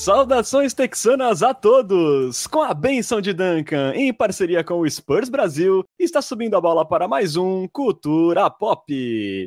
Saudações texanas a todos! Com a bênção de Duncan, em parceria com o Spurs Brasil, está subindo a bola para mais um Cultura Pop.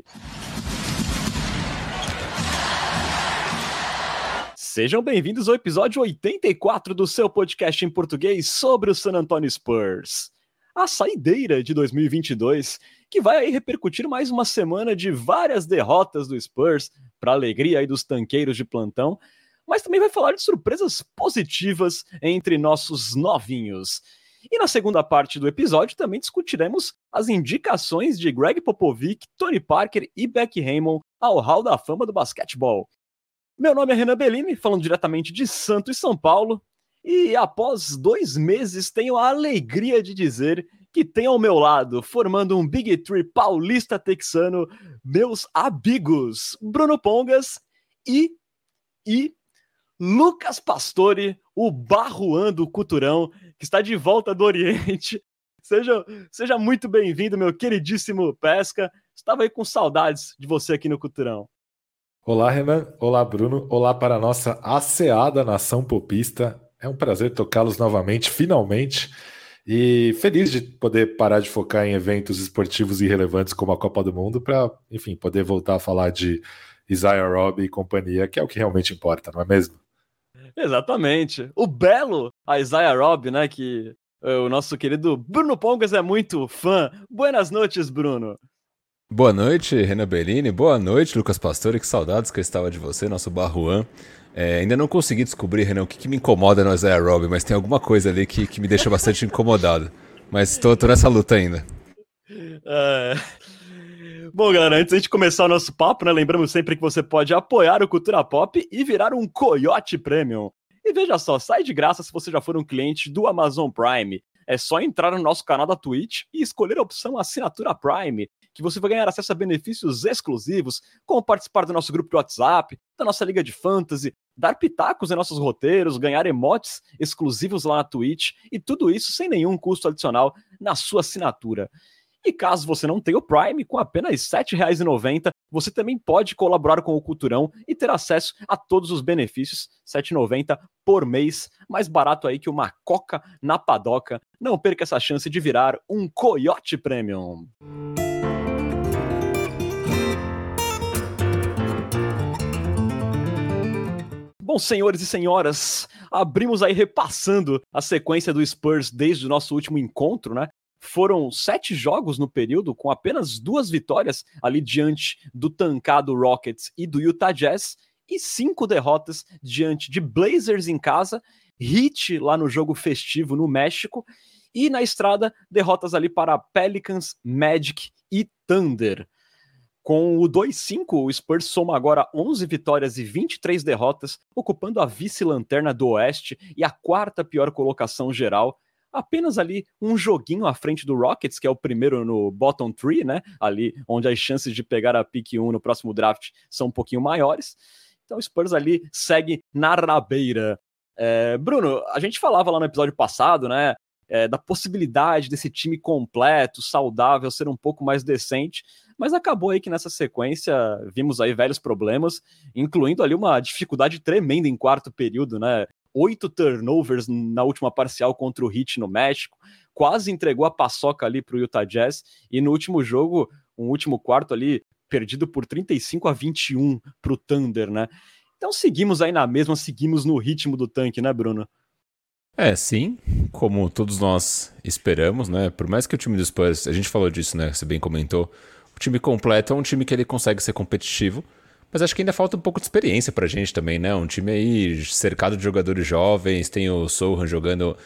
Sejam bem-vindos ao episódio 84 do seu podcast em português sobre o San Antonio Spurs. A saideira de 2022, que vai aí repercutir mais uma semana de várias derrotas do Spurs, para a alegria aí dos tanqueiros de plantão, mas também vai falar de surpresas positivas entre nossos novinhos. E na segunda parte do episódio também discutiremos as indicações de Greg Popovich, Tony Parker e Becky Hammon ao Hall da Fama do basquetebol. Meu nome é Renan Bellini, falando diretamente de Santos e São Paulo, e após 2 meses tenho a alegria de dizer que tenho ao meu lado, formando um Big Three paulista texano, meus amigos Bruno Pongas e Lucas Pastore, o Barruan do Culturão, que está de volta do Oriente. Seja muito bem-vindo, meu queridíssimo Pesca. Estava aí com saudades de você aqui no Culturão. Olá, Renan. Olá, Bruno. Olá para a nossa asseada nação popista. É um prazer tocá-los novamente, finalmente. E feliz de poder parar de focar em eventos esportivos irrelevantes como a Copa do Mundo para, enfim, poder voltar a falar de Isaiah Roby e companhia, que é o que realmente importa, não é mesmo? Exatamente. O belo Isaiah Roby, né, que o nosso querido Bruno Pongas é muito fã. Buenas noites, Bruno. Boa noite, Renan Bellini. Boa noite, Lucas Pastore. Que saudades que eu estava de você, nosso Barruan. Ainda não consegui descobrir, Renan, o que me incomoda no Isaiah Roby, mas tem alguma coisa ali que me deixa bastante incomodado. Mas tô nessa luta ainda. Bom, galera, antes de começar o nosso papo, né, lembramos sempre que você pode apoiar o Cultura Pop e virar um Coyote Premium. E veja só, sai de graça se você já for um cliente do Amazon Prime. É só entrar no nosso canal da Twitch e escolher a opção Assinatura Prime, que você vai ganhar acesso a benefícios exclusivos, como participar do nosso grupo de WhatsApp, da nossa liga de fantasy, dar pitacos em nossos roteiros, ganhar emotes exclusivos lá na Twitch, e tudo isso sem nenhum custo adicional na sua assinatura. E caso você não tenha o Prime, com apenas R$ 7,90, você também pode colaborar com o Culturão e ter acesso a todos os benefícios, R$ 7,90 por mês, mais barato aí que uma coca na padoca. Não perca essa chance de virar um Coyote Premium. Bom, senhores e senhoras, abrimos aí repassando a sequência do Spurs desde o nosso último encontro, né? Foram 7 jogos no período, com apenas 2 vitórias ali diante do tancado Rockets e do Utah Jazz, e 5 derrotas diante de Blazers em casa, Heat lá no jogo festivo no México, e na estrada, derrotas ali para Pelicans, Magic e Thunder. Com o 2-5, o Spurs soma agora 11 vitórias e 23 derrotas, ocupando a vice-lanterna do Oeste e a 4ª pior colocação geral, apenas ali um joguinho à frente do Rockets, que é o primeiro no bottom 3, né? Ali onde as chances de pegar a pick 1 no próximo draft são um pouquinho maiores. Então o Spurs ali segue na rabeira. Bruno, a gente falava lá no episódio passado, né? Da possibilidade desse time completo, saudável, ser um pouco mais decente, mas acabou aí que nessa sequência vimos aí velhos problemas, incluindo ali uma dificuldade tremenda em quarto período, né? 8 turnovers na última parcial contra o Heat no México, quase entregou a paçoca ali para o Utah Jazz, e no último jogo, um último quarto ali, perdido por 35-21 para o Thunder, né? Então seguimos aí na mesma, seguimos no ritmo do tanque, né, Bruno? Sim, como todos nós esperamos, né? Por mais que o time do Spurs, a gente falou disso, né? Você bem comentou, o time completo é um time que ele consegue ser competitivo, mas acho que ainda falta um pouco de experiência pra gente também, né? Um time aí cercado de jogadores jovens, tem o Sohan jogando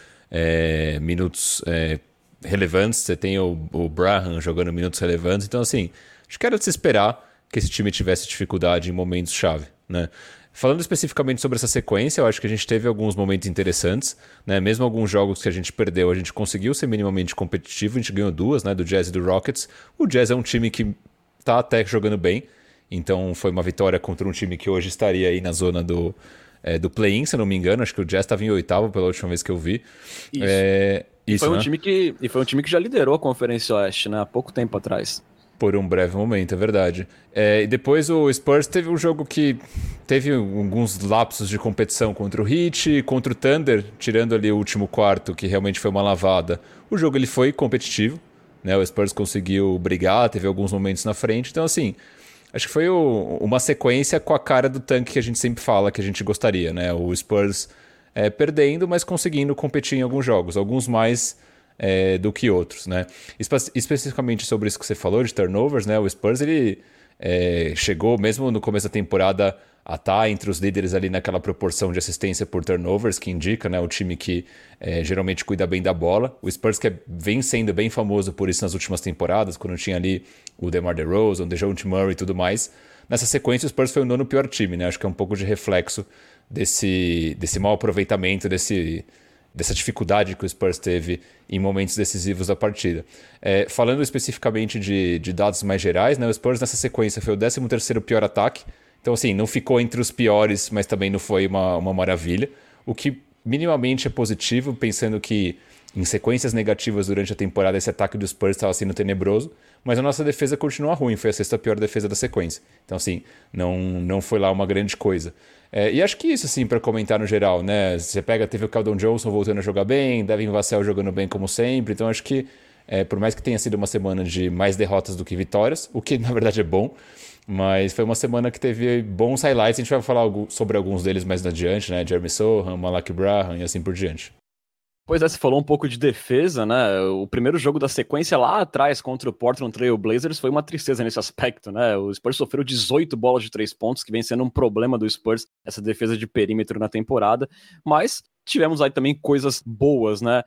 minutos relevantes, você tem o Braham jogando minutos relevantes, então assim, acho que era de se esperar que esse time tivesse dificuldade em momentos-chave, né? Falando especificamente sobre essa sequência, eu acho que a gente teve alguns momentos interessantes, né? Mesmo alguns jogos que a gente perdeu, a gente conseguiu ser minimamente competitivo, a gente ganhou 2, né? Do Jazz e do Rockets. O Jazz é um time que tá até jogando bem, então foi uma vitória contra um time que hoje estaria aí na zona do play-in, se eu não me engano. Acho que o Jazz estava em 8º pela última vez que eu vi. Isso. Foi um time que já liderou a Conferência Oeste, né? Há pouco tempo atrás. Por um breve momento, é verdade. E depois o Spurs teve um jogo que teve alguns lapsos de competição contra o Heat, contra o Thunder, tirando ali o último quarto, que realmente foi uma lavada. O jogo ele foi competitivo, né? O Spurs conseguiu brigar, teve alguns momentos na frente. Então, assim, acho que foi uma sequência com a cara do tanque que a gente sempre fala que a gente gostaria, né? O Spurs perdendo, mas conseguindo competir em alguns jogos. Alguns mais do que outros, né? Especificamente sobre isso que você falou de turnovers, né? O Spurs ele chegou mesmo no começo da temporada a estar entre os líderes ali naquela proporção de assistência por turnovers que indica, né? O time que geralmente cuida bem da bola. O Spurs que vem sendo bem famoso por isso nas últimas temporadas, quando tinha ali o DeMar DeRozan, o DeJounte Murray e tudo mais. Nessa sequência o Spurs foi o nono pior time, né? Acho que é um pouco de reflexo desse mau aproveitamento, dessa dificuldade que o Spurs teve em momentos decisivos da partida. Falando especificamente de dados mais gerais, né, o Spurs nessa sequência foi o 13º pior ataque, então assim, não ficou entre os piores, mas também não foi uma maravilha, o que minimamente é positivo, pensando que em sequências negativas durante a temporada esse ataque do Spurs estava sendo tenebroso, mas a nossa defesa continua ruim, foi a 6ª pior defesa da sequência, então assim, não foi lá uma grande coisa. E acho que isso, assim, para comentar no geral, né? Você teve o Keldon Johnson voltando a jogar bem, Devin Vassell jogando bem como sempre, então acho que, por mais que tenha sido uma semana de mais derrotas do que vitórias, o que na verdade é bom, mas foi uma semana que teve bons highlights, a gente vai falar sobre alguns deles mais adiante, né? Jeremy Sohan, Malaki Branham e assim por diante. Pois você falou um pouco de defesa, né? O primeiro jogo da sequência lá atrás contra o Portland Trail Blazers foi uma tristeza nesse aspecto, né? O Spurs sofreu 18 bolas de 3 pontos, que vem sendo um problema do Spurs, essa defesa de perímetro na temporada, mas tivemos aí também coisas boas, né?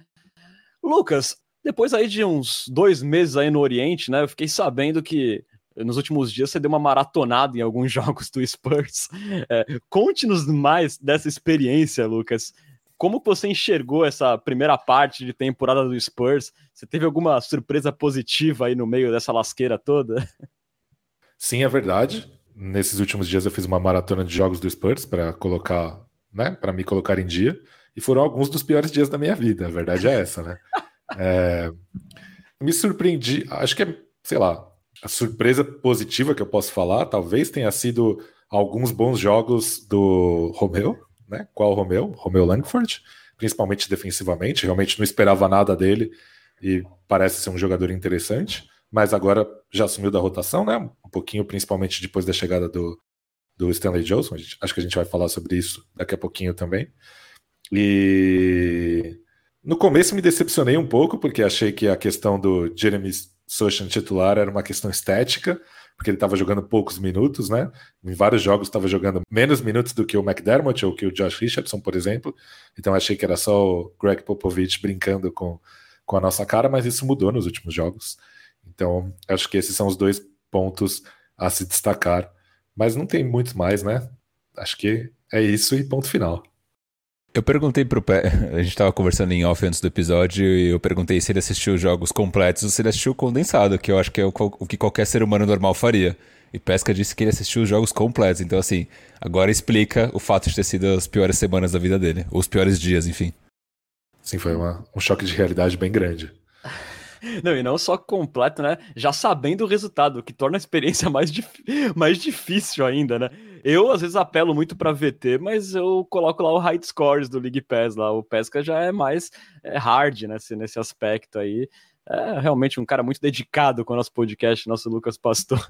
Lucas, depois aí de uns 2 meses aí no Oriente, né? Eu fiquei sabendo que nos últimos dias você deu uma maratonada em alguns jogos do Spurs. Conte-nos mais dessa experiência, Lucas. Como você enxergou essa primeira parte de temporada do Spurs? Você teve alguma surpresa positiva aí no meio dessa lasqueira toda? Sim, é verdade. Nesses últimos dias eu fiz uma maratona de jogos do Spurs para colocar, né, para me colocar em dia. E foram alguns dos piores dias da minha vida. A verdade é essa, né? Me surpreendi. Acho que sei lá, a surpresa positiva que eu posso falar, talvez tenha sido alguns bons jogos do Romeo. Né? Qual Romeo? Romeo Langford, principalmente defensivamente. Realmente não esperava nada dele e parece ser um jogador interessante, mas agora já assumiu da rotação, né? Um pouquinho, principalmente depois da chegada do Stanley Johnson. Acho que a gente vai falar sobre isso daqui a pouquinho também. E no começo me decepcionei um pouco, porque achei que a questão do Jeremy Sochan titular era uma questão estética, porque ele estava jogando poucos minutos, né? Em vários jogos estava jogando menos minutos do que o McDermott ou que o Josh Richardson, por exemplo. Então achei que era só o Greg Popovich brincando com a nossa cara, mas isso mudou nos últimos jogos. Então acho que esses são os 2 pontos a se destacar. Mas não tem muito mais, né? Acho que é isso e ponto final. Eu perguntei pro Pé, a gente tava conversando em off antes do episódio, e eu perguntei se ele assistiu os jogos completos ou se ele assistiu o condensado, que eu acho que é o que qualquer ser humano normal faria. E Pesca disse que ele assistiu os jogos completos, então assim, agora explica o fato de ter sido as piores semanas da vida dele, ou os piores dias, enfim. Sim, foi um choque de realidade bem grande. Não, e não só completo, né? Já sabendo o resultado, o que torna a experiência mais difícil ainda, né? Eu, às vezes, apelo muito pra VT, mas eu coloco lá o high scores do League Pass lá. O Pesca já é mais hard, né? Nesse aspecto aí. É realmente um cara muito dedicado com o nosso podcast, nosso Lucas Pastore.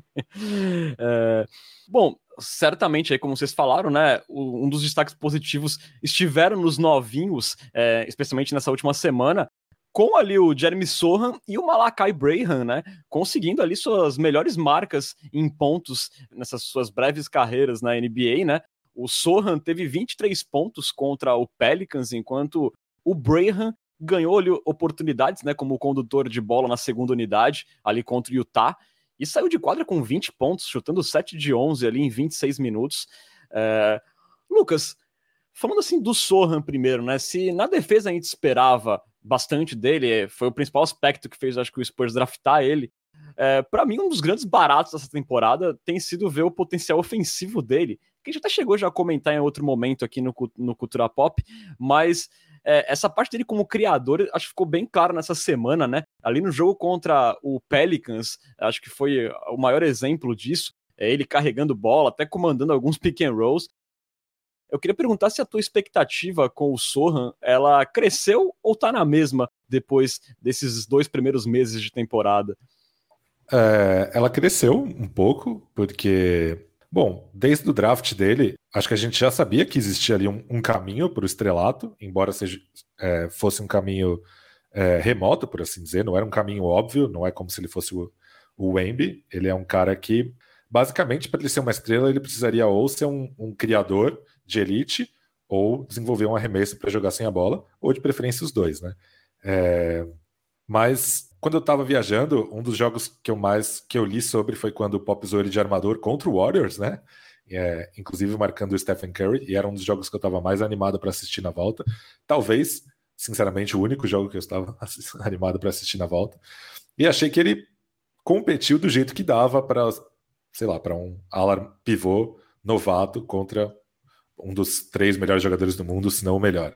Bom, certamente aí, como vocês falaram, né? Um dos destaques positivos estiveram nos novinhos, especialmente nessa última semana, com ali o Jeremy Sohan e o Malaki Branham, né, conseguindo ali suas melhores marcas em pontos nessas suas breves carreiras na NBA, né. O Sohan teve 23 pontos contra o Pelicans, enquanto o Branham ganhou ali oportunidades, né, como condutor de bola na segunda unidade, ali contra o Utah, e saiu de quadra com 20 pontos, chutando 7 de 11 ali em 26 minutos. Lucas, falando assim do Sohan primeiro, né, se na defesa a gente esperava bastante dele, foi o principal aspecto que fez, acho que, o Spurs draftar ele. Para mim, um dos grandes baratos dessa temporada tem sido ver o potencial ofensivo dele, que a gente até chegou já a comentar em outro momento aqui no Cultura Pop, mas essa parte dele como criador, acho que ficou bem claro nessa semana, né? Ali no jogo contra o Pelicans, acho que foi o maior exemplo disso, ele carregando bola, até comandando alguns pick and rolls. Eu queria perguntar se a tua expectativa com o Sochan, ela cresceu ou tá na mesma depois desses 2 primeiros meses de temporada? Ela cresceu um pouco, porque, bom, desde o draft dele, acho que a gente já sabia que existia ali um caminho para o estrelato, embora fosse um caminho remoto, por assim dizer, não era um caminho óbvio, não é como se ele fosse o Wemby. Ele é um cara que, basicamente, para ele ser uma estrela, ele precisaria ou ser um criador de elite, ou desenvolver um arremesso para jogar sem a bola, ou de preferência os dois, né? Mas quando eu tava viajando, um dos jogos que eu li sobre foi quando o Pop usou ele de armador contra o Warriors, né? Inclusive marcando o Stephen Curry, e era um dos jogos que eu tava mais animado para assistir na volta. Talvez, sinceramente, o único jogo que eu estava animado para assistir na volta. E achei que ele competiu do jeito que dava para, sei lá, para um ala pivô novato contra um dos 3 melhores jogadores do mundo, se não o melhor.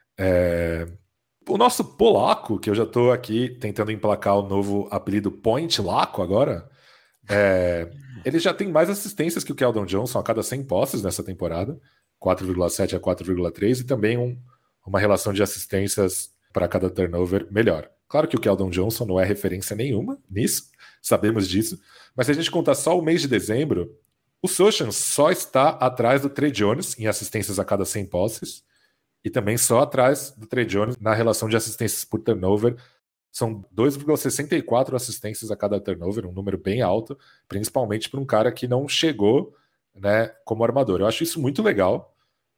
O nosso polaco, que eu já estou aqui tentando emplacar o novo apelido Point Laco agora, ele já tem mais assistências que o Keldon Johnson a cada 100 posses nessa temporada, 4,7 a 4,3, e também uma relação de assistências para cada turnover melhor. Claro que o Keldon Johnson não é referência nenhuma nisso, sabemos disso, mas se a gente contar só o mês de dezembro, o Sochan só está atrás do Tre Jones em assistências a cada 100 posses, e também só atrás do Tre Jones na relação de assistências por turnover. São 2,64 assistências a cada turnover, um número bem alto, principalmente para um cara que não chegou, né, como armador. Eu acho isso muito legal.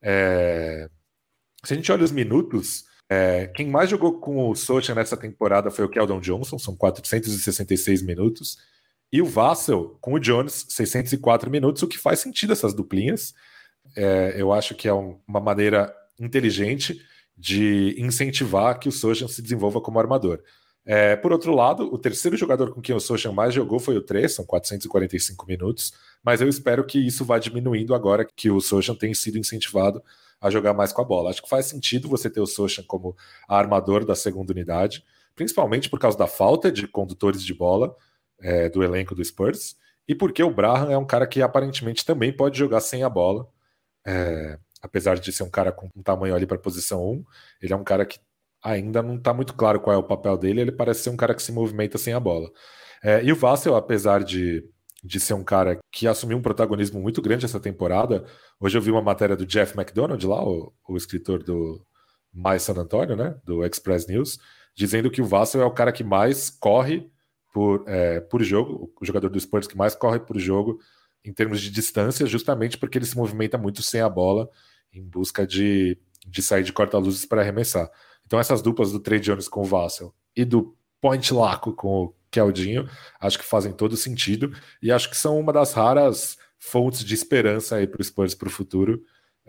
Se a gente olha os minutos, quem mais jogou com o Sochan nessa temporada foi o Keldon Johnson, são 466 minutos, e o Vassell com o Jones, 604 minutos, o que faz sentido essas duplinhas. Eu acho que é uma maneira inteligente de incentivar que o Sochan se desenvolva como armador. Por outro lado, o terceiro jogador com quem o Sochan mais jogou foi o Tre, são 445 minutos, mas eu espero que isso vá diminuindo agora que o Sochan tem sido incentivado a jogar mais com a bola. Acho que faz sentido você ter o Sochan como armador da segunda unidade, principalmente por causa da falta de condutores de bola do elenco do Spurs, e porque o Braham é um cara que aparentemente também pode jogar sem a bola, apesar de ser um cara com um tamanho ali para posição 1, ele é um cara que ainda não está muito claro qual é o papel dele, ele parece ser um cara que se movimenta sem a bola. E o Vassell, apesar de ser um cara que assumiu um protagonismo muito grande essa temporada, hoje eu vi uma matéria do Jeff McDonald lá, o escritor do My San Antonio, né, do Express News, dizendo que o Vassell é o cara que mais corre por jogo, o jogador do Spurs que mais corre por jogo em termos de distância, justamente porque ele se movimenta muito sem a bola em busca de sair de corta-luzes para arremessar. Então essas duplas do Tre Jones com o Vassell e do Point Laco com o Keldinho, acho que fazem todo sentido e acho que são uma das raras fontes de esperança aí para o Spurs para o futuro,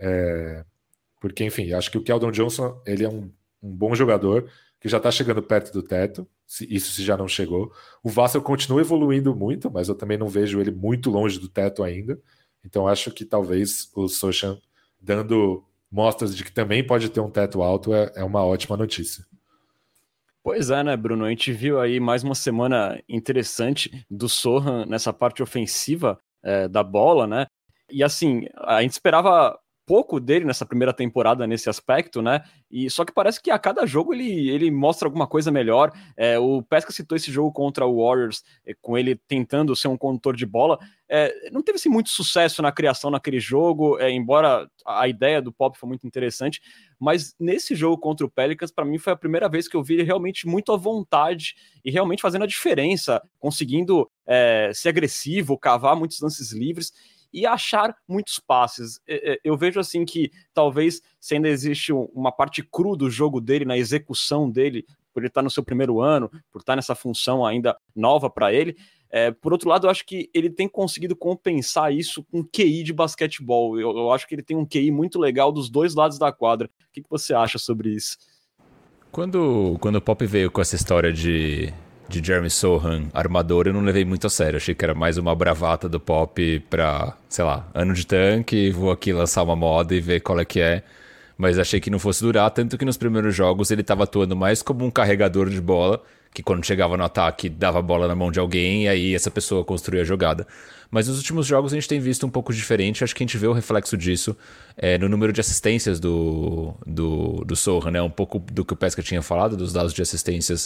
porque enfim, acho que o Keldon Johnson ele é um bom jogador que já está chegando perto do teto, se já não chegou. O Vassell continua evoluindo muito, mas eu também não vejo ele muito longe do teto ainda, então acho que talvez o Sochan dando mostras de que também pode ter um teto alto é uma ótima notícia. Pois é, né, Bruno? A gente viu aí mais uma semana interessante do Sochan nessa parte ofensiva da bola, né? E assim, a gente esperava pouco dele nessa primeira temporada nesse aspecto, né? E só que parece que a cada jogo ele mostra alguma coisa melhor. O Pesca citou esse jogo contra o Warriors, com ele tentando ser um condutor de bola. Não teve assim, muito sucesso na criação naquele jogo, embora a ideia do Pop foi muito interessante, mas nesse jogo contra o Pelicans, para mim foi a primeira vez que eu vi ele realmente muito à vontade e realmente fazendo a diferença, conseguindo ser agressivo, cavar muitos lances livres e achar muitos passes. Eu vejo assim que talvez se ainda existe uma parte crua do jogo dele, na execução dele, por ele estar no seu primeiro ano, por estar nessa função ainda nova para ele, por outro lado, eu acho que ele tem conseguido compensar isso com QI de basquetebol. Eu acho que ele tem um QI muito legal dos dois lados da quadra. O que você acha sobre isso? Quando o Pop veio com essa história de Jeremy Sochan, armador, eu não levei muito a sério. Achei que era mais uma bravata do Pop pra, sei lá, ano de tanque, vou aqui lançar uma moda e ver qual é que é. mas achei que não fosse durar, tanto que nos primeiros jogos ele estava atuando mais como um carregador de bola, que quando chegava no ataque dava a bola na mão de alguém e aí essa pessoa construía a jogada. Mas nos últimos jogos a gente tem visto um pouco diferente, acho que a gente vê o reflexo disso no número de assistências do Sohan, né? Um pouco do que o Pesca tinha falado, dos dados de assistências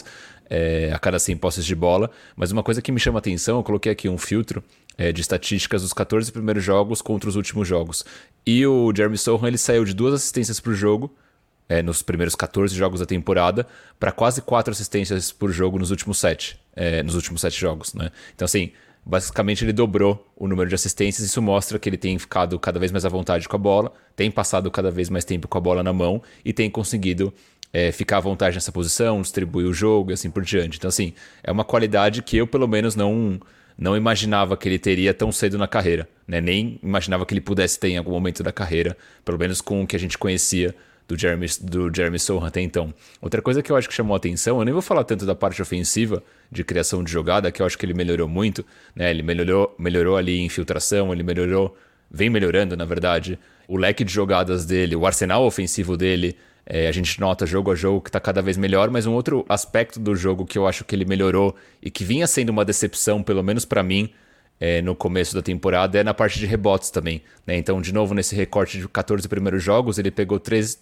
a cada 100 posses de bola, mas uma coisa que me chama a atenção, eu coloquei aqui um filtro de estatísticas dos 14 primeiros jogos contra os últimos jogos. E o Jeremy Sohan ele saiu de 2 assistências por jogo nos primeiros 14 jogos da temporada para quase 4 assistências por jogo nos últimos 7 jogos, né? Então assim, basicamente ele dobrou o número de assistências. Isso mostra que ele tem ficado cada vez mais à vontade com a bola, tem passado cada vez mais tempo com a bola na mão e tem conseguido ficar à vontade nessa posição, distribuir o jogo e assim por diante. Então assim, é uma qualidade que eu pelo menos não imaginava que ele teria tão cedo na carreira, né? Nem imaginava que ele pudesse ter em algum momento da carreira, pelo menos com o que a gente conhecia do Jeremy Sohan até então. Outra coisa que eu acho que chamou a atenção, eu nem vou falar tanto da parte ofensiva de criação de jogada, que eu acho que ele melhorou muito, né? Ele melhorou ali em infiltração, vem melhorando, na verdade, o leque de jogadas dele, o arsenal ofensivo dele. A gente nota jogo a jogo que está cada vez melhor, mas um outro aspecto do jogo que eu acho que ele melhorou e que vinha sendo uma decepção, pelo menos para mim, no começo da temporada, é na parte de rebotes também, né? Então, de novo, nesse recorte de 14 primeiros jogos, ele pegou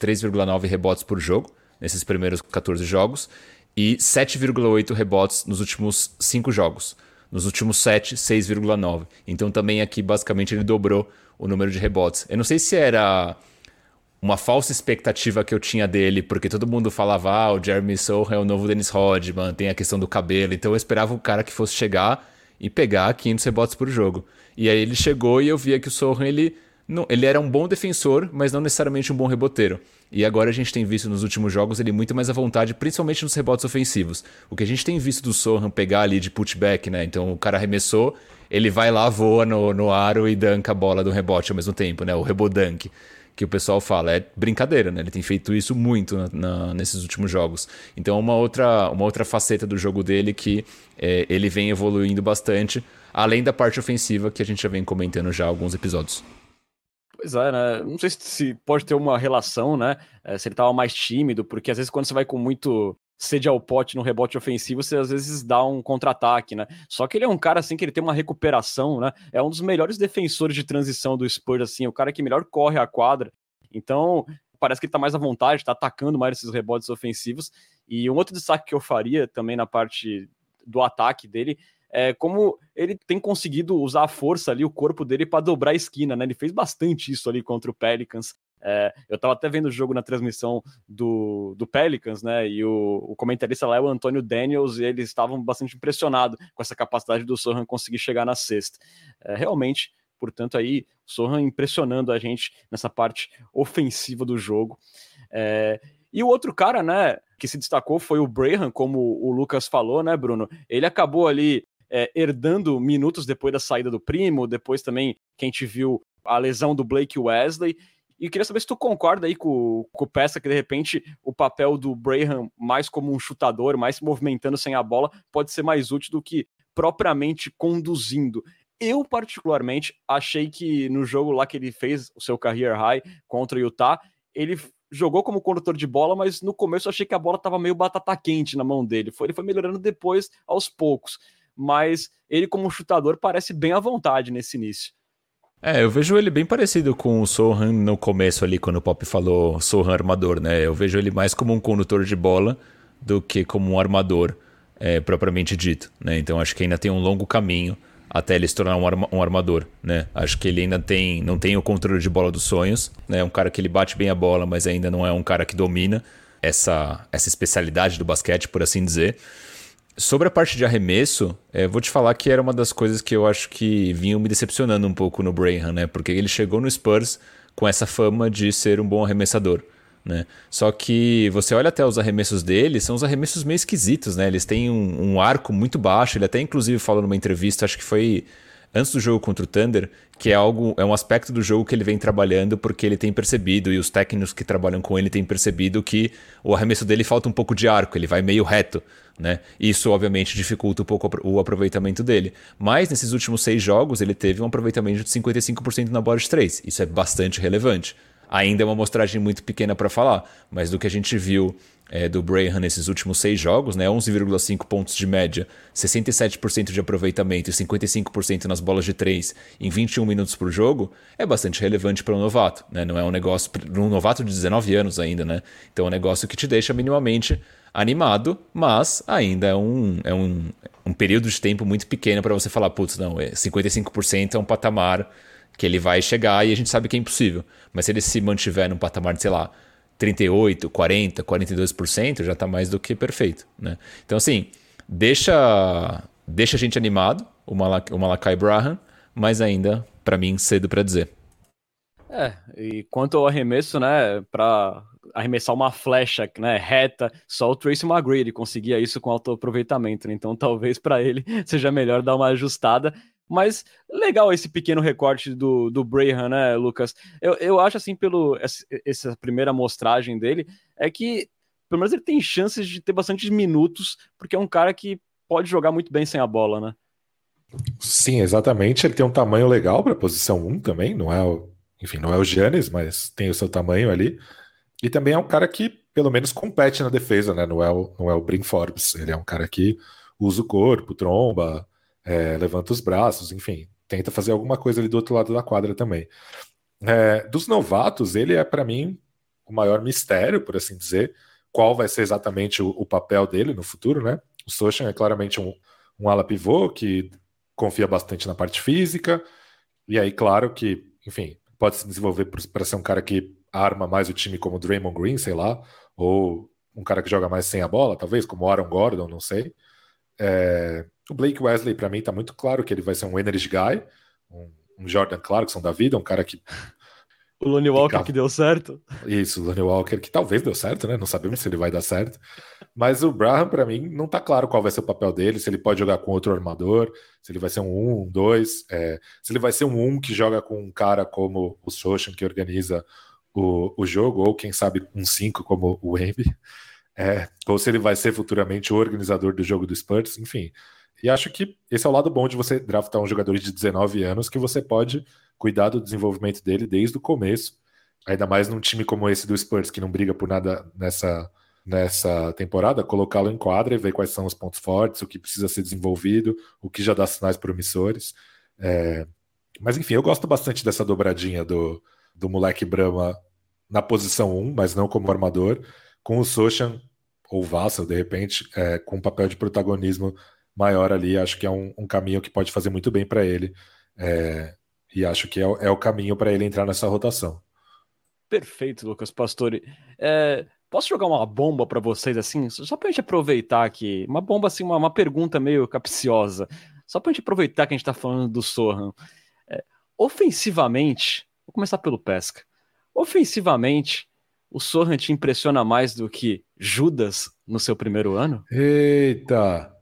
3,9 rebotes por jogo, nesses primeiros 14 jogos, e 7,8 rebotes nos últimos 5 jogos. Nos últimos 7, 6,9. Então, também aqui, basicamente, ele dobrou o número de rebotes. Eu não sei se era uma falsa expectativa que eu tinha dele, porque todo mundo falava, o Jeremy Sohan é o novo Dennis Rodman, tem a questão do cabelo, então eu esperava um cara que fosse chegar e pegar 500 rebotes por jogo. E aí ele chegou e eu via que o Sohan, ele era um bom defensor, mas não necessariamente um bom reboteiro. E agora a gente tem visto nos últimos jogos ele muito mais à vontade, principalmente nos rebotes ofensivos. O que a gente tem visto do Sohan pegar ali de putback, né? Então o cara arremessou, ele vai lá, voa no aro e danca a bola do rebote ao mesmo tempo, né? O rebodunk, que o pessoal fala, é brincadeira, né? Ele tem feito isso muito nesses últimos jogos. Então uma outra faceta do jogo dele que ele vem evoluindo bastante, além da parte ofensiva que a gente já vem comentando já há alguns episódios. Pois é, né? Não sei se pode ter uma relação, né? Se ele tava mais tímido, porque às vezes quando você vai com muito sede ao pote no rebote ofensivo, você às vezes dá um contra-ataque, né? Só que ele é um cara, assim, que ele tem uma recuperação, né? É um dos melhores defensores de transição do Spurs, assim, o cara que melhor corre a quadra. Então, parece que ele tá mais à vontade, tá atacando mais esses rebotes ofensivos. E um outro destaque que eu faria também na parte do ataque dele é como ele tem conseguido usar a força ali, o corpo dele, para dobrar a esquina, né? Ele fez bastante isso ali contra o Pelicans. Eu tava até vendo o jogo na transmissão do Pelicans, né? E o comentarista lá é o Antonio Daniels, e eles estavam bastante impressionados com essa capacidade do Sohan conseguir chegar na cesta. Realmente, portanto, aí o Sohan impressionando a gente nessa parte ofensiva do jogo. E o outro cara, né, que se destacou foi o Braham, como o Lucas falou, né, Bruno? Ele acabou ali herdando minutos depois da saída do primo, depois também que a gente viu a lesão do Blake Wesley. E eu queria saber se tu concorda aí com o Peça, que de repente o papel do Braham mais como um chutador, mais se movimentando sem a bola, pode ser mais útil do que propriamente conduzindo. Eu, particularmente, achei que no jogo lá que ele fez o seu career high contra o Utah, ele jogou como condutor de bola, mas no começo eu achei que a bola estava meio batata quente na mão dele. Ele foi melhorando depois, aos poucos. Mas ele, como chutador, parece bem à vontade nesse início. Eu vejo ele bem parecido com o Sohan no começo ali, quando o Pop falou Sohan armador, né? Eu vejo ele mais como um condutor de bola do que como um armador, propriamente dito, né? Então acho que ainda tem um longo caminho até ele se tornar um armador, né? Acho que ele ainda não tem o controle de bola dos sonhos, né? É um cara que ele bate bem a bola, mas ainda não é um cara que domina essa especialidade do basquete, por assim dizer. Sobre a parte de arremesso, vou te falar que era uma das coisas que eu acho que vinham me decepcionando um pouco no Braham, né? Porque ele chegou no Spurs com essa fama de ser um bom arremessador, né? Só que você olha até os arremessos dele, são os arremessos meio esquisitos, né? Eles têm um arco muito baixo. Ele até inclusive falou numa entrevista, acho que foi antes do jogo contra o Thunder, que é um aspecto do jogo que ele vem trabalhando, porque ele tem percebido, e os técnicos que trabalham com ele têm percebido, que o arremesso dele falta um pouco de arco, ele vai meio reto, né? Isso obviamente dificulta um pouco o aproveitamento dele. Mas nesses últimos 6 jogos ele teve um aproveitamento de 55% na bola de 3. Isso é bastante relevante. ainda é uma amostragem muito pequena para falar, mas do que a gente viu do Braham nesses últimos 6 jogos, né, 11,5 pontos de média, 67% de aproveitamento e 55% nas bolas de 3 em 21 minutos por jogo, é bastante relevante para um novato, né? Não é um negócio, um novato de 19 anos ainda, né? Então é um negócio que te deixa minimamente animado, mas ainda é um período de tempo muito pequeno para você falar, putz, não, 55% é um patamar que ele vai chegar e a gente sabe que é impossível. Mas se ele se mantiver num patamar de, sei lá, 38, 40, 42%, já está mais do que perfeito, né? Então, assim, deixa a gente animado, o Malachi Braham, mas ainda, para mim, cedo para dizer. E quanto ao arremesso, né, para arremessar uma flecha, né, reta, só o Tracy McGrady conseguia isso com alto aproveitamento, né? Então talvez para ele seja melhor dar uma ajustada. Mas legal esse pequeno recorte do Braham, né, Lucas? Eu acho assim, essa primeira amostragem dele, é que pelo menos ele tem chances de ter bastante minutos, porque é um cara que pode jogar muito bem sem a bola, né? Sim, exatamente. Ele tem um tamanho legal para posição 1 também, não é o Giannis, mas tem o seu tamanho ali. E também é um cara que, pelo menos, compete na defesa, né? Não é o Bryn Forbes. Ele é um cara que usa o corpo, tromba, levanta os braços, enfim, tenta fazer alguma coisa ali do outro lado da quadra também. Dos novatos, ele é, para mim, o maior mistério, por assim dizer, qual vai ser exatamente o papel dele no futuro, né? O Sochan é claramente um ala pivô que confia bastante na parte física, e aí, claro que, enfim, pode se desenvolver para ser um cara que arma mais o time como o Draymond Green, sei lá, ou um cara que joga mais sem a bola, talvez, como o Aaron Gordon, não sei. O Blake Wesley, para mim, tá muito claro que ele vai ser um energy guy, um Jordan Clarkson da vida, um cara que... O Lonnie Walker que deu certo. Isso, o Lonnie Walker que talvez deu certo, né? Não sabemos se ele vai dar certo. Mas o Braham, para mim, não tá claro qual vai ser o papel dele, se ele pode jogar com outro armador, se ele vai ser um 2, se ele vai ser um que joga com um cara como o Sochan, que organiza o jogo, ou quem sabe um 5 como o Wemby, ou se ele vai ser futuramente o organizador do jogo do Spurs, enfim. E acho que esse é o lado bom de você draftar um jogador de 19 anos, que você pode cuidar do desenvolvimento dele desde o começo, ainda mais num time como esse do Spurs, que não briga por nada nessa temporada, colocá-lo em quadra e ver quais são os pontos fortes, o que precisa ser desenvolvido, o que já dá sinais promissores. Mas enfim, eu gosto bastante dessa dobradinha do moleque Brahma na posição 1, mas não como armador, com o Sochan ou Vassell, de repente, com um papel de protagonismo maior ali. Acho que é um caminho que pode fazer muito bem para ele, e acho que é o caminho para ele entrar nessa rotação. Perfeito, Lucas Pastore. Posso jogar uma bomba para vocês assim, só para a gente aproveitar aqui, uma bomba assim, uma pergunta meio capciosa, só para a gente aproveitar que a gente está falando do Sochan. Ofensivamente, vou começar pelo Pesca. Ofensivamente, o Sochan te impressiona mais do que Judas no seu primeiro ano? Eita!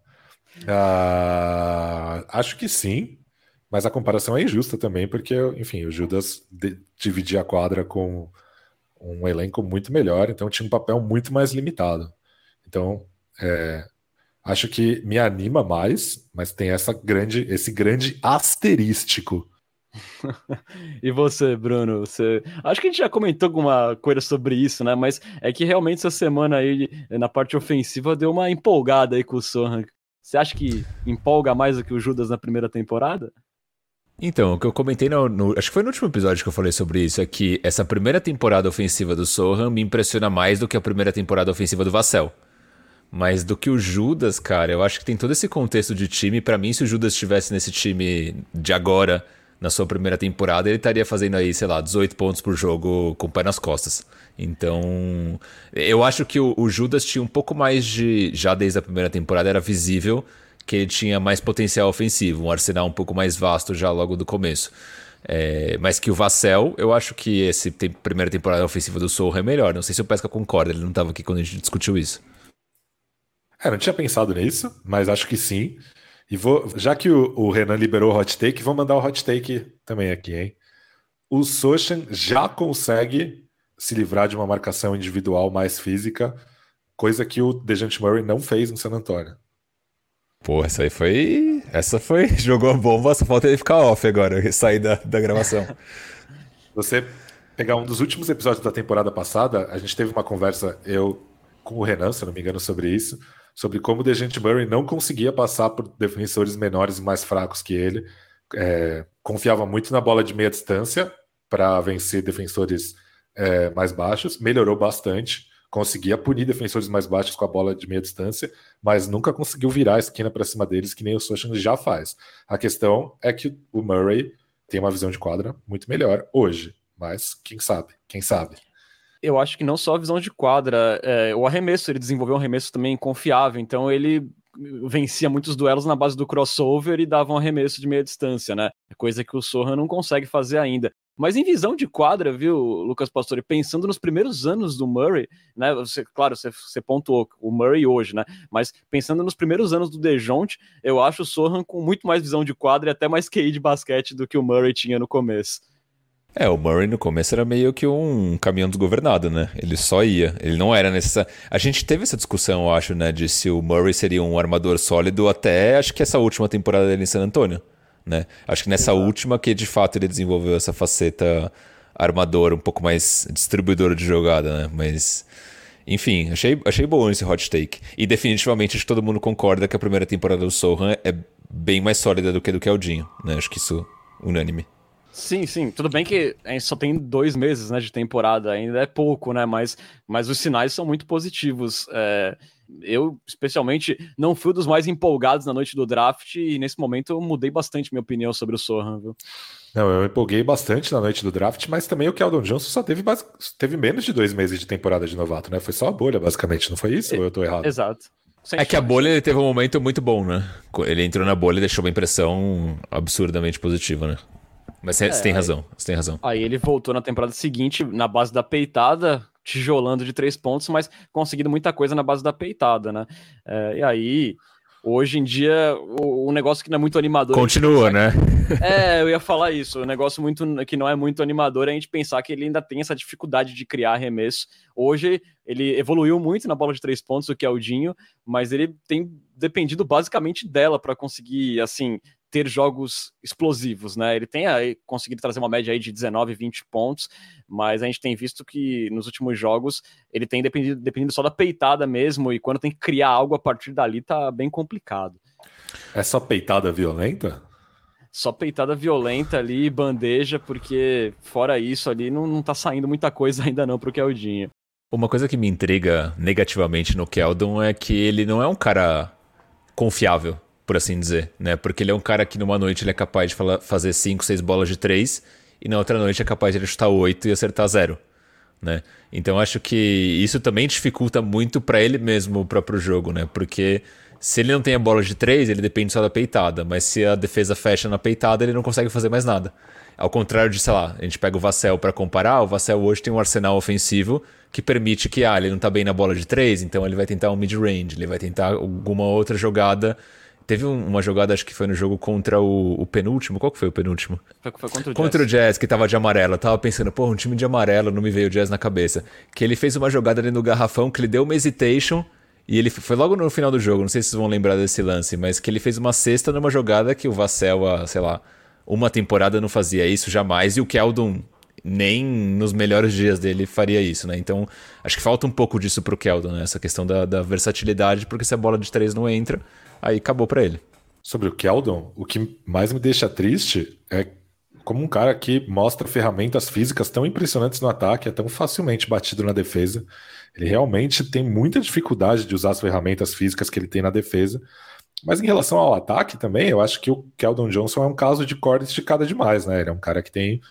Acho que sim, mas a comparação é injusta também, porque, enfim, o Judas dividia a quadra com um elenco muito melhor, então tinha um papel muito mais limitado. Então, acho que me anima mais, mas tem esse grande asterístico. E você, Bruno? Acho que a gente já comentou alguma coisa sobre isso, né? Mas é que realmente essa semana aí, na parte ofensiva, deu uma empolgada aí com o Sochan. Você acha que empolga mais do que o Judas na primeira temporada? Então, o que eu comentei acho que foi no último episódio que eu falei sobre isso, é que essa primeira temporada ofensiva do Sochan me impressiona mais do que a primeira temporada ofensiva do Vassell. Mas do que o Judas, cara, eu acho que tem todo esse contexto de time. Pra mim, se o Judas estivesse nesse time de agora, na sua primeira temporada, ele estaria fazendo aí, sei lá, 18 pontos por jogo com o pé nas costas. Então, eu acho que o Judas tinha um pouco mais já desde a primeira temporada, era visível que ele tinha mais potencial ofensivo, um arsenal um pouco mais vasto já logo do começo. Mas que o Vassell, eu acho que essa primeira temporada ofensiva do Sochan é melhor. Não sei se o Pesca concorda, ele não estava aqui quando a gente discutiu isso. Não tinha pensado nisso, mas acho que sim. E já que o Renan liberou o hot take, vou mandar o hot take também aqui, hein? O Sochan já consegue se livrar de uma marcação individual mais física, coisa que o DeJounte Murray não fez no San Antonio. Pô, essa foi. Jogou a bomba, só falta ele ficar off agora, sair da gravação. Você pegar um dos últimos episódios da temporada passada, a gente teve uma conversa, eu com o Renan, se eu não me engano, sobre isso, sobre como o DeJounte Murray não conseguia passar por defensores menores e mais fracos que ele, confiava muito na bola de meia distância para vencer defensores mais baixos, melhorou bastante, conseguia punir defensores mais baixos com a bola de meia distância, mas nunca conseguiu virar a esquina para cima deles, que nem o Sochan já faz. A questão é que o Murray tem uma visão de quadra muito melhor hoje, mas quem sabe, quem sabe. Eu acho que não só a visão de quadra, o arremesso, ele desenvolveu um arremesso também confiável, então ele vencia muitos duelos na base do crossover e dava um arremesso de meia distância, né? Coisa que o Sochan não consegue fazer ainda. Mas em visão de quadra, viu, Lucas Pastore, pensando nos primeiros anos do Murray, né? Claro, você pontuou o Murray hoje, né? Mas pensando nos primeiros anos do DeJounte, eu acho o Sochan com muito mais visão de quadra e até mais QI de basquete do que o Murray tinha no começo. O Murray no começo era meio que um caminhão desgovernado, né? Ele só ia, ele não era necessário. A gente teve essa discussão, eu acho, né, de se o Murray seria um armador sólido até, acho que essa última temporada dele em San Antonio, né? Acho que nessa última que de fato ele desenvolveu essa faceta armador, um pouco mais distribuidor de jogada, né? Mas, enfim, achei bom esse hot take. E definitivamente acho que todo mundo concorda que a primeira temporada do Sochan é bem mais sólida do que o Aldinho, né? Acho que isso unânime. Sim, tudo bem que a gente só tem 2 meses, né, de temporada, ainda é pouco, né, mas os sinais são muito positivos. Eu, especialmente, não fui um dos mais empolgados na noite do draft e nesse momento eu mudei bastante minha opinião sobre o Sochan, viu? Não, eu empolguei bastante na noite do draft, mas também o Keldon Johnson só teve menos de 2 meses de temporada de novato, né? Foi só a bolha, basicamente, não foi isso? Ou eu tô errado? Exato. Que a bolha ele teve um momento muito bom, né? Ele entrou na bolha e deixou uma impressão absurdamente positiva, né? Mas você tem razão. Aí ele voltou na temporada seguinte, na base da peitada, tijolando de 3 pontos, mas conseguindo muita coisa na base da peitada, né? E aí, hoje em dia, o negócio que não é muito animador... Continua, né? Eu ia falar isso. O negócio que não é muito animador é a gente pensar que ele ainda tem essa dificuldade de criar arremesso. Hoje, ele evoluiu muito na bola de 3 pontos, o Keldinho, mas ele tem dependido basicamente dela para conseguir, assim... ter jogos explosivos, né? Ele tem aí conseguido trazer uma média aí de 19, 20 pontos, mas a gente tem visto que nos últimos jogos ele tem dependido só da peitada mesmo, e quando tem que criar algo a partir dali tá bem complicado. É só peitada violenta? Só peitada violenta ali, bandeja, porque fora isso ali não tá saindo muita coisa ainda não pro Keldinho. Uma coisa que me intriga negativamente no Keldon é que ele não é um cara confiável, por assim dizer, né? Porque ele é um cara que numa noite ele é capaz de fazer 5, 6 bolas de 3 e na outra noite é capaz de ele chutar 8 e acertar 0, né? Então acho que isso também dificulta muito para ele mesmo o próprio jogo, né? Porque se ele não tem a bola de 3, ele depende só da peitada, mas se a defesa fecha na peitada, ele não consegue fazer mais nada. Ao contrário de, sei lá, a gente pega o Vassell para comparar, o Vassell hoje tem um arsenal ofensivo que permite que ele não tá bem na bola de 3, então ele vai tentar um mid-range, ele vai tentar alguma outra jogada. Teve uma jogada, acho que foi no jogo contra o penúltimo. Qual que foi o penúltimo? Foi contra o Jazz. Contra o Jazz, que tava de amarelo. Eu tava pensando, um time de amarelo, não me veio o Jazz na cabeça. Que ele fez uma jogada ali no garrafão, que ele deu uma hesitation, e ele foi logo no final do jogo, não sei se vocês vão lembrar desse lance, mas que ele fez uma cesta numa jogada que o Vassell, sei lá, uma temporada não fazia isso jamais, e o Keldon nem nos melhores dias dele faria isso, né? Então, acho que falta um pouco disso pro Keldon, né? Essa questão da versatilidade, porque se a bola de 3 não entra, aí acabou pra ele. Sobre o Keldon, o que mais me deixa triste é como um cara que mostra ferramentas físicas tão impressionantes no ataque, é tão facilmente batido na defesa. Ele realmente tem muita dificuldade de usar as ferramentas físicas que ele tem na defesa. Mas em relação ao ataque também, eu acho que o Keldon Johnson é um caso de corda esticada demais, né? Ele é um cara que tem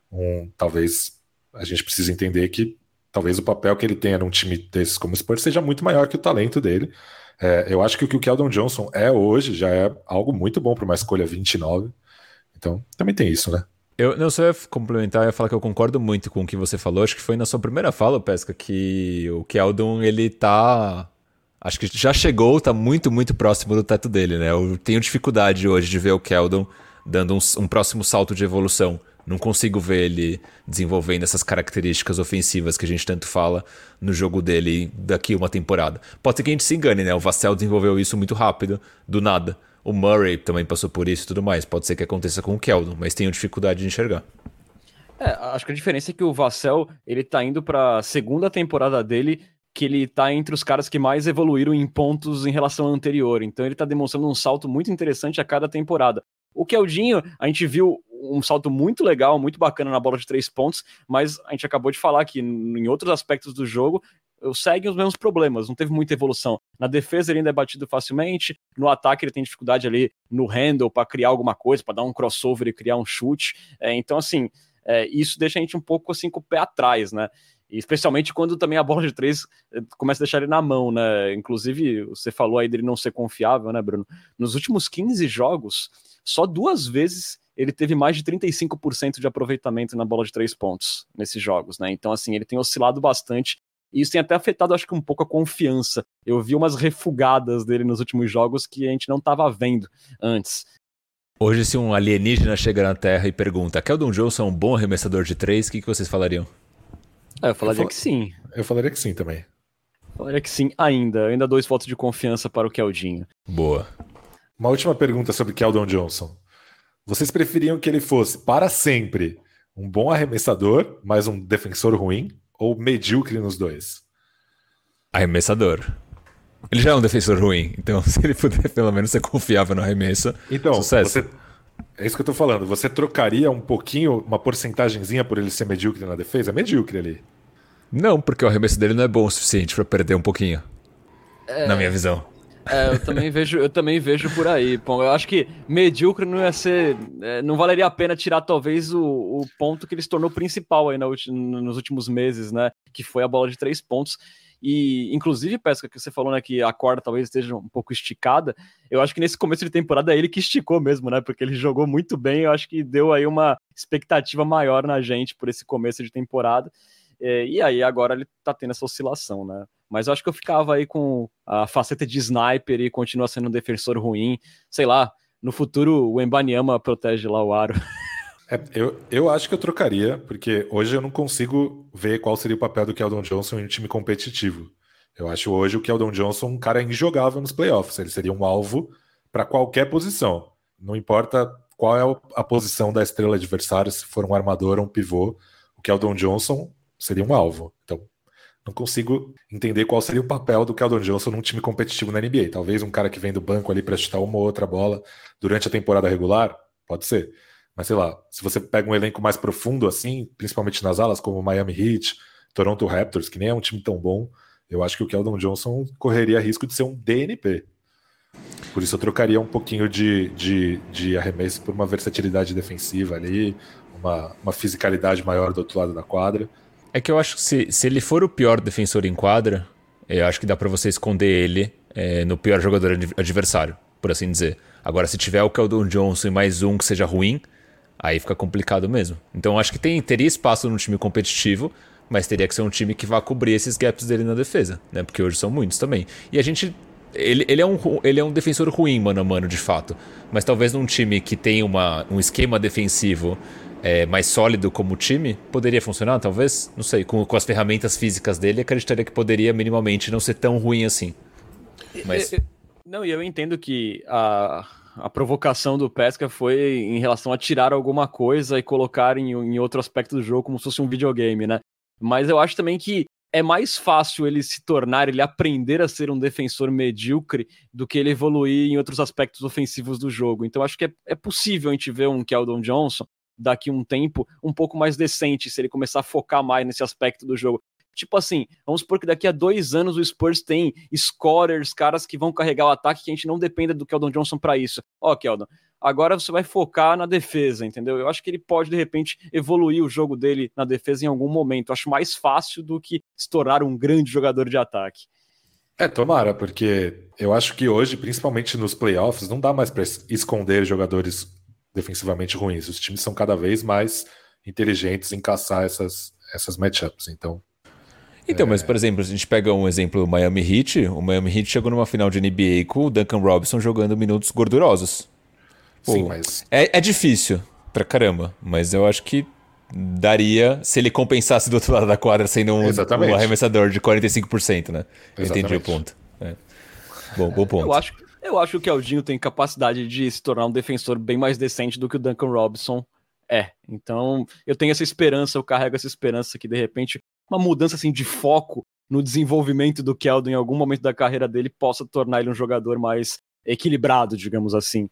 talvez a gente precise entender que talvez o papel que ele tenha num time desses como o Spurs seja muito maior que o talento dele. Eu acho que o Keldon Johnson é hoje já é algo muito bom para uma escolha 29. Então, também tem isso, né? Eu não só ia complementar, eu ia falar que eu concordo muito com o que você falou. Acho que foi na sua primeira fala, Pesca, que o Keldon, ele tá... Acho que já chegou, tá muito, muito próximo do teto dele, né? Eu tenho dificuldade hoje de ver o Keldon dando um próximo salto de evolução. Não consigo ver ele desenvolvendo essas características ofensivas que a gente tanto fala no jogo dele daqui uma temporada. Pode ser que a gente se engane, né? O Vassell desenvolveu isso muito rápido, do nada. O Murray também passou por isso e tudo mais. Pode ser que aconteça com o Keldon, mas tenho dificuldade de enxergar. Acho que a diferença é que o Vassell, ele tá indo pra segunda temporada dele, que ele tá entre os caras que mais evoluíram em pontos em relação ao anterior. Então ele tá demonstrando um salto muito interessante a cada temporada. O Keldinho, a gente viu um salto muito legal, muito bacana na bola de 3 pontos, mas a gente acabou de falar que em outros aspectos do jogo seguem os mesmos problemas, não teve muita evolução. Na defesa ele ainda é batido facilmente, no ataque ele tem dificuldade ali no handle para criar alguma coisa, para dar um crossover e criar um chute. Então, assim, isso deixa a gente um pouco assim com o pé atrás, né? E especialmente quando também a bola de 3 começa a deixar ele na mão, né? Inclusive, você falou aí dele não ser confiável, né, Bruno? Nos últimos 15 jogos, só 2 vezes ele teve mais de 35% de aproveitamento na bola de 3 pontos nesses jogos, né? Então, assim, ele tem oscilado bastante. E isso tem até afetado, acho que, um pouco a confiança. Eu vi umas refugadas dele nos últimos jogos que a gente não estava vendo antes. Hoje, se um alienígena chega na Terra e pergunta: Keldon Johnson é um bom arremessador de 3, o que vocês falariam? Eu falaria que sim. Eu falaria que sim também. Falaria que sim ainda. Eu ainda dou esse voto de confiança para o Keldinho. Boa. Uma última pergunta sobre Keldon Johnson. Vocês preferiam que ele fosse, para sempre, um bom arremessador, mas um defensor ruim? Ou medíocre nos dois? Arremessador. Ele já é um defensor ruim, então se ele puder pelo menos ser confiável no arremesso, então, sucesso. É isso que eu tô falando. Você trocaria um pouquinho, uma porcentagemzinha por ele ser medíocre na defesa? É medíocre ali. Não, porque o arremesso dele não é bom o suficiente pra perder um pouquinho. Na minha visão. Eu também vejo por aí. Bom, eu acho que medíocre não ia ser. Não valeria a pena tirar, talvez, o ponto que ele se tornou principal aí nos últimos meses, né? Que foi a bola de 3 pontos. E, inclusive, Pesca, que você falou, né, que a corda talvez esteja um pouco esticada. Eu acho que nesse começo de temporada é ele que esticou mesmo, né? Porque ele jogou muito bem. Eu acho que deu aí uma expectativa maior na gente por esse começo de temporada. E aí agora ele tá tendo essa oscilação, né? Mas eu acho que eu ficava aí com a faceta de sniper e continua sendo um defensor ruim. Sei lá, no futuro o Wembanyama protege lá o aro. Eu acho que eu trocaria, porque hoje eu não consigo ver qual seria o papel do Keldon Johnson em um time competitivo. Eu acho hoje o Keldon Johnson um cara injogável nos playoffs. Ele seria um alvo para qualquer posição. Não importa qual é a posição da estrela adversária, se for um armador ou um pivô, o Keldon Johnson seria um alvo. Então, não consigo entender qual seria o papel do Keldon Johnson num time competitivo na NBA. Talvez um cara que vem do banco ali para chutar uma ou outra bola durante a temporada regular, pode ser. Mas sei lá, se você pega um elenco mais profundo assim, principalmente nas alas, como o Miami Heat, Toronto Raptors, que nem é um time tão bom, eu acho que o Keldon Johnson correria risco de ser um DNP. Por isso eu trocaria um pouquinho de arremesso por uma versatilidade defensiva ali, uma fisicalidade maior do outro lado da quadra. É que eu acho que se ele for o pior defensor em quadra, eu acho que dá pra você esconder ele no pior jogador adversário, por assim dizer. Agora, se tiver o Keldon Johnson e mais um que seja ruim, aí fica complicado mesmo. Então, eu acho que teria espaço no time competitivo, mas teria que ser um time que vá cobrir esses gaps dele na defesa, né? Porque hoje são muitos também. E a gente... Ele é um defensor ruim, mano a mano, de fato. Mas talvez num time que tem um esquema defensivo mais sólido como time, poderia funcionar, talvez? Não sei, com as ferramentas físicas dele, acreditaria que poderia minimamente não ser tão ruim assim. Mas... Não, e eu entendo que a provocação do Pesca foi em relação a tirar alguma coisa e colocar em outro aspecto do jogo como se fosse um videogame, né? Mas eu acho também que é mais fácil ele aprender a ser um defensor medíocre do que ele evoluir em outros aspectos ofensivos do jogo. Então acho que é possível a gente ver um Keldon Johnson daqui a um tempo um pouco mais decente, se ele começar a focar mais nesse aspecto do jogo. Tipo assim, vamos supor que daqui a 2 anos o Spurs tem scorers, caras que vão carregar o ataque, que a gente não dependa do Keldon Johnson para isso. Keldon, agora você vai focar na defesa, entendeu? Eu acho que ele pode, de repente, evoluir o jogo dele na defesa em algum momento. Eu acho mais fácil do que se tornar um grande jogador de ataque. Tomara, porque eu acho que hoje, principalmente nos playoffs, não dá mais para esconder jogadores defensivamente ruins. Os times são cada vez mais inteligentes em caçar essas matchups, então... Mas, por exemplo, a gente pega um exemplo do Miami Heat. O Miami Heat chegou numa final de NBA com o Duncan Robinson jogando minutos gordurosos. Sim, mas... É difícil pra caramba, mas eu acho que daria se ele compensasse do outro lado da quadra sendo um arremessador de 45%, né? Eu entendi o ponto. Bom ponto. Eu acho que o Keldinho tem capacidade de se tornar um defensor bem mais decente do que o Duncan Robinson Então eu tenho essa esperança, eu carrego essa esperança que de repente uma mudança assim de foco no desenvolvimento do Keldon em algum momento da carreira dele possa tornar ele um jogador mais equilibrado, digamos assim.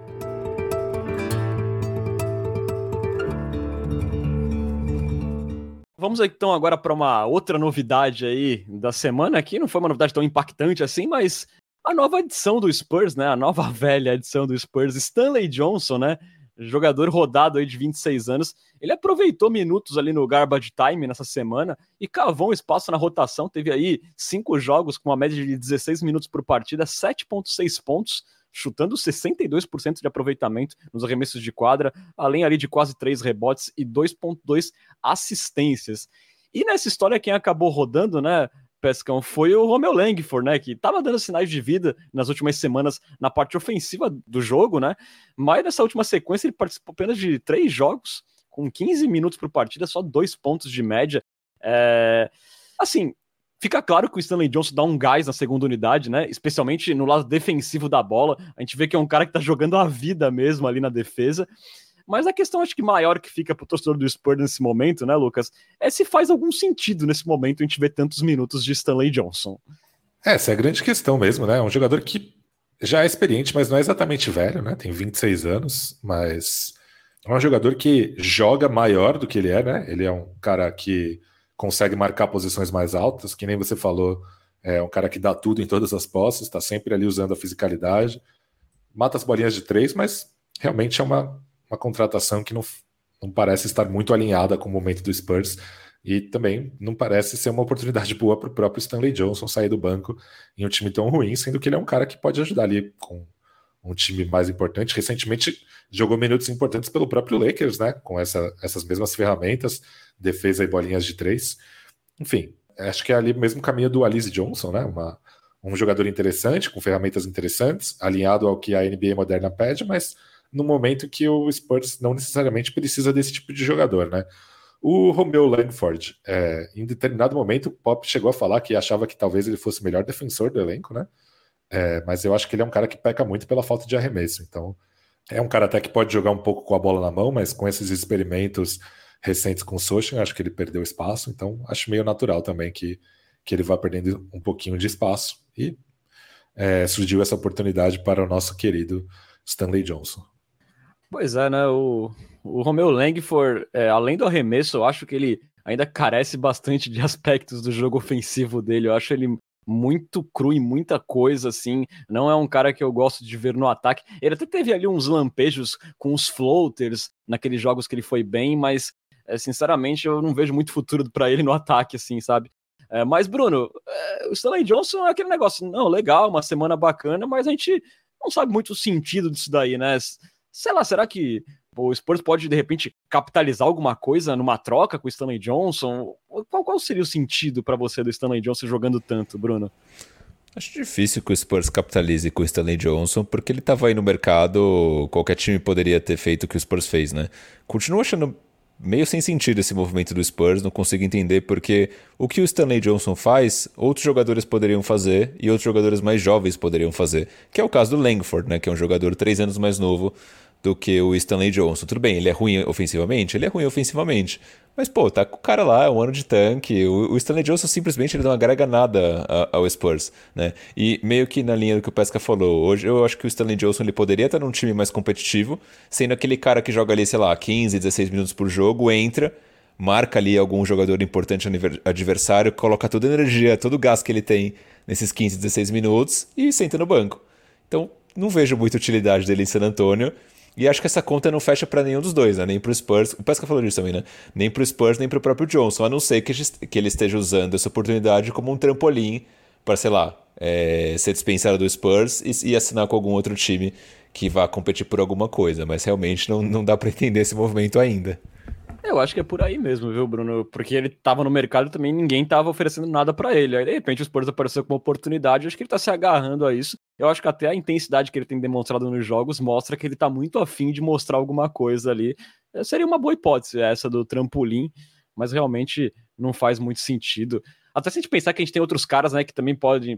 Vamos então agora para uma outra novidade aí da semana, que não foi uma novidade tão impactante assim, mas a nova edição do Spurs, né? A nova velha edição do Spurs, Stanley Johnson, né? Jogador rodado aí de 26 anos, ele aproveitou minutos ali no garbage time nessa semana e cavou um espaço na rotação, teve aí 5 jogos com uma média de 16 minutos por partida, 7,6 pontos, chutando 62% de aproveitamento nos arremessos de quadra, além ali de quase 3 rebotes e 2,2 assistências. E nessa história quem acabou rodando, né, Pescão, foi o Romeo Langford, né, que estava dando sinais de vida nas últimas semanas na parte ofensiva do jogo, né, mas nessa última sequência ele participou apenas de 3 jogos, com 15 minutos por partida, só 2 pontos de média. Assim, fica claro que o Stanley Johnson dá um gás na segunda unidade, né, especialmente no lado defensivo da bola, a gente vê que é um cara que tá jogando a vida mesmo ali na defesa. Mas a questão, acho que maior que fica pro torcedor do Spurs nesse momento, né, Lucas, é se faz algum sentido nesse momento a gente ver tantos minutos de Stanley Johnson. Essa é a grande questão mesmo, né? É um jogador que já é experiente, mas não é exatamente velho, né? Tem 26 anos, mas é um jogador que joga maior do que ele é, né? Ele é um cara que consegue marcar posições mais altas, que nem você falou, é um cara que dá tudo em todas as posses, tá sempre ali usando a fisicalidade, mata as bolinhas de 3, mas realmente é uma contratação que não parece estar muito alinhada com o momento do Spurs e também não parece ser uma oportunidade boa para o próprio Stanley Johnson sair do banco em um time tão ruim, sendo que ele é um cara que pode ajudar ali com um time mais importante. Recentemente jogou minutos importantes pelo próprio Lakers, né? Com essas mesmas ferramentas, defesa e bolinhas de 3. Enfim, acho que é ali o mesmo caminho do Alize Johnson, né? Um jogador interessante, com ferramentas interessantes, alinhado ao que a NBA moderna pede, mas no momento que o Spurs não necessariamente precisa desse tipo de jogador, né? O Romeo Langford, em determinado momento, o Pop chegou a falar que achava que talvez ele fosse o melhor defensor do elenco, né? Mas eu acho que ele é um cara que peca muito pela falta de arremesso. Então, é um cara até que pode jogar um pouco com a bola na mão, mas com esses experimentos recentes com o Sochan, acho que ele perdeu espaço. Então, acho meio natural também que ele vá perdendo um pouquinho de espaço. E surgiu essa oportunidade para o nosso querido Stanley Johnson. Pois é, né? O Romeo Langford, além do arremesso, eu acho que ele ainda carece bastante de aspectos do jogo ofensivo dele. Eu acho ele muito cru em muita coisa, assim. Não é um cara que eu gosto de ver no ataque. Ele até teve ali uns lampejos com os floaters naqueles jogos que ele foi bem, mas sinceramente eu não vejo muito futuro para ele no ataque, assim, sabe? Mas, Bruno, o Stanley Johnson é aquele negócio, não, legal, uma semana bacana, mas a gente não sabe muito o sentido disso daí, né? Sei lá, será que o Spurs pode, de repente, capitalizar alguma coisa numa troca com o Stanley Johnson? Qual seria o sentido para você do Stanley Johnson jogando tanto, Bruno? Acho difícil que o Spurs capitalize com o Stanley Johnson, porque ele estava aí no mercado, qualquer time poderia ter feito o que o Spurs fez, né? Continuo achando meio sem sentido esse movimento do Spurs, não consigo entender porque o que o Stanley Johnson faz, outros jogadores poderiam fazer e outros jogadores mais jovens poderiam fazer, que é o caso do Langford, né, que é um jogador 3 anos mais novo do que o Stanley Johnson. Tudo bem, ele é ruim ofensivamente? Ele é ruim ofensivamente. Mas, pô, tá com o cara lá, é um ano de tanque. O Stanley Johnson simplesmente ele não agrega nada ao Spurs, né? E meio que na linha do que o Pesca falou, hoje eu acho que o Stanley Johnson ele poderia estar num time mais competitivo, sendo aquele cara que joga ali, sei lá, 15, 16 minutos por jogo, entra, marca ali algum jogador importante adversário, coloca toda a energia, todo o gás que ele tem nesses 15, 16 minutos e senta no banco. Então, não vejo muita utilidade dele em San Antonio. E acho que essa conta não fecha para nenhum dos dois, né? Nem pro Spurs, o Pesca falou disso também, né? Nem pro Spurs, nem pro próprio Johnson, a não ser que ele esteja usando essa oportunidade como um trampolim para, sei lá, ser dispensado do Spurs e assinar com algum outro time que vá competir por alguma coisa. Mas realmente não dá para entender esse movimento ainda. Eu acho que é por aí mesmo, viu, Bruno? Porque ele tava no mercado e também ninguém tava oferecendo nada pra ele. Aí, de repente, o Spurs apareceu com uma oportunidade. Eu acho que ele tá se agarrando a isso. Eu acho que até a intensidade que ele tem demonstrado nos jogos mostra que ele tá muito afim de mostrar alguma coisa ali. Seria uma boa hipótese essa do trampolim, mas realmente não faz muito sentido. Até se a gente pensar que a gente tem outros caras, né, que também podem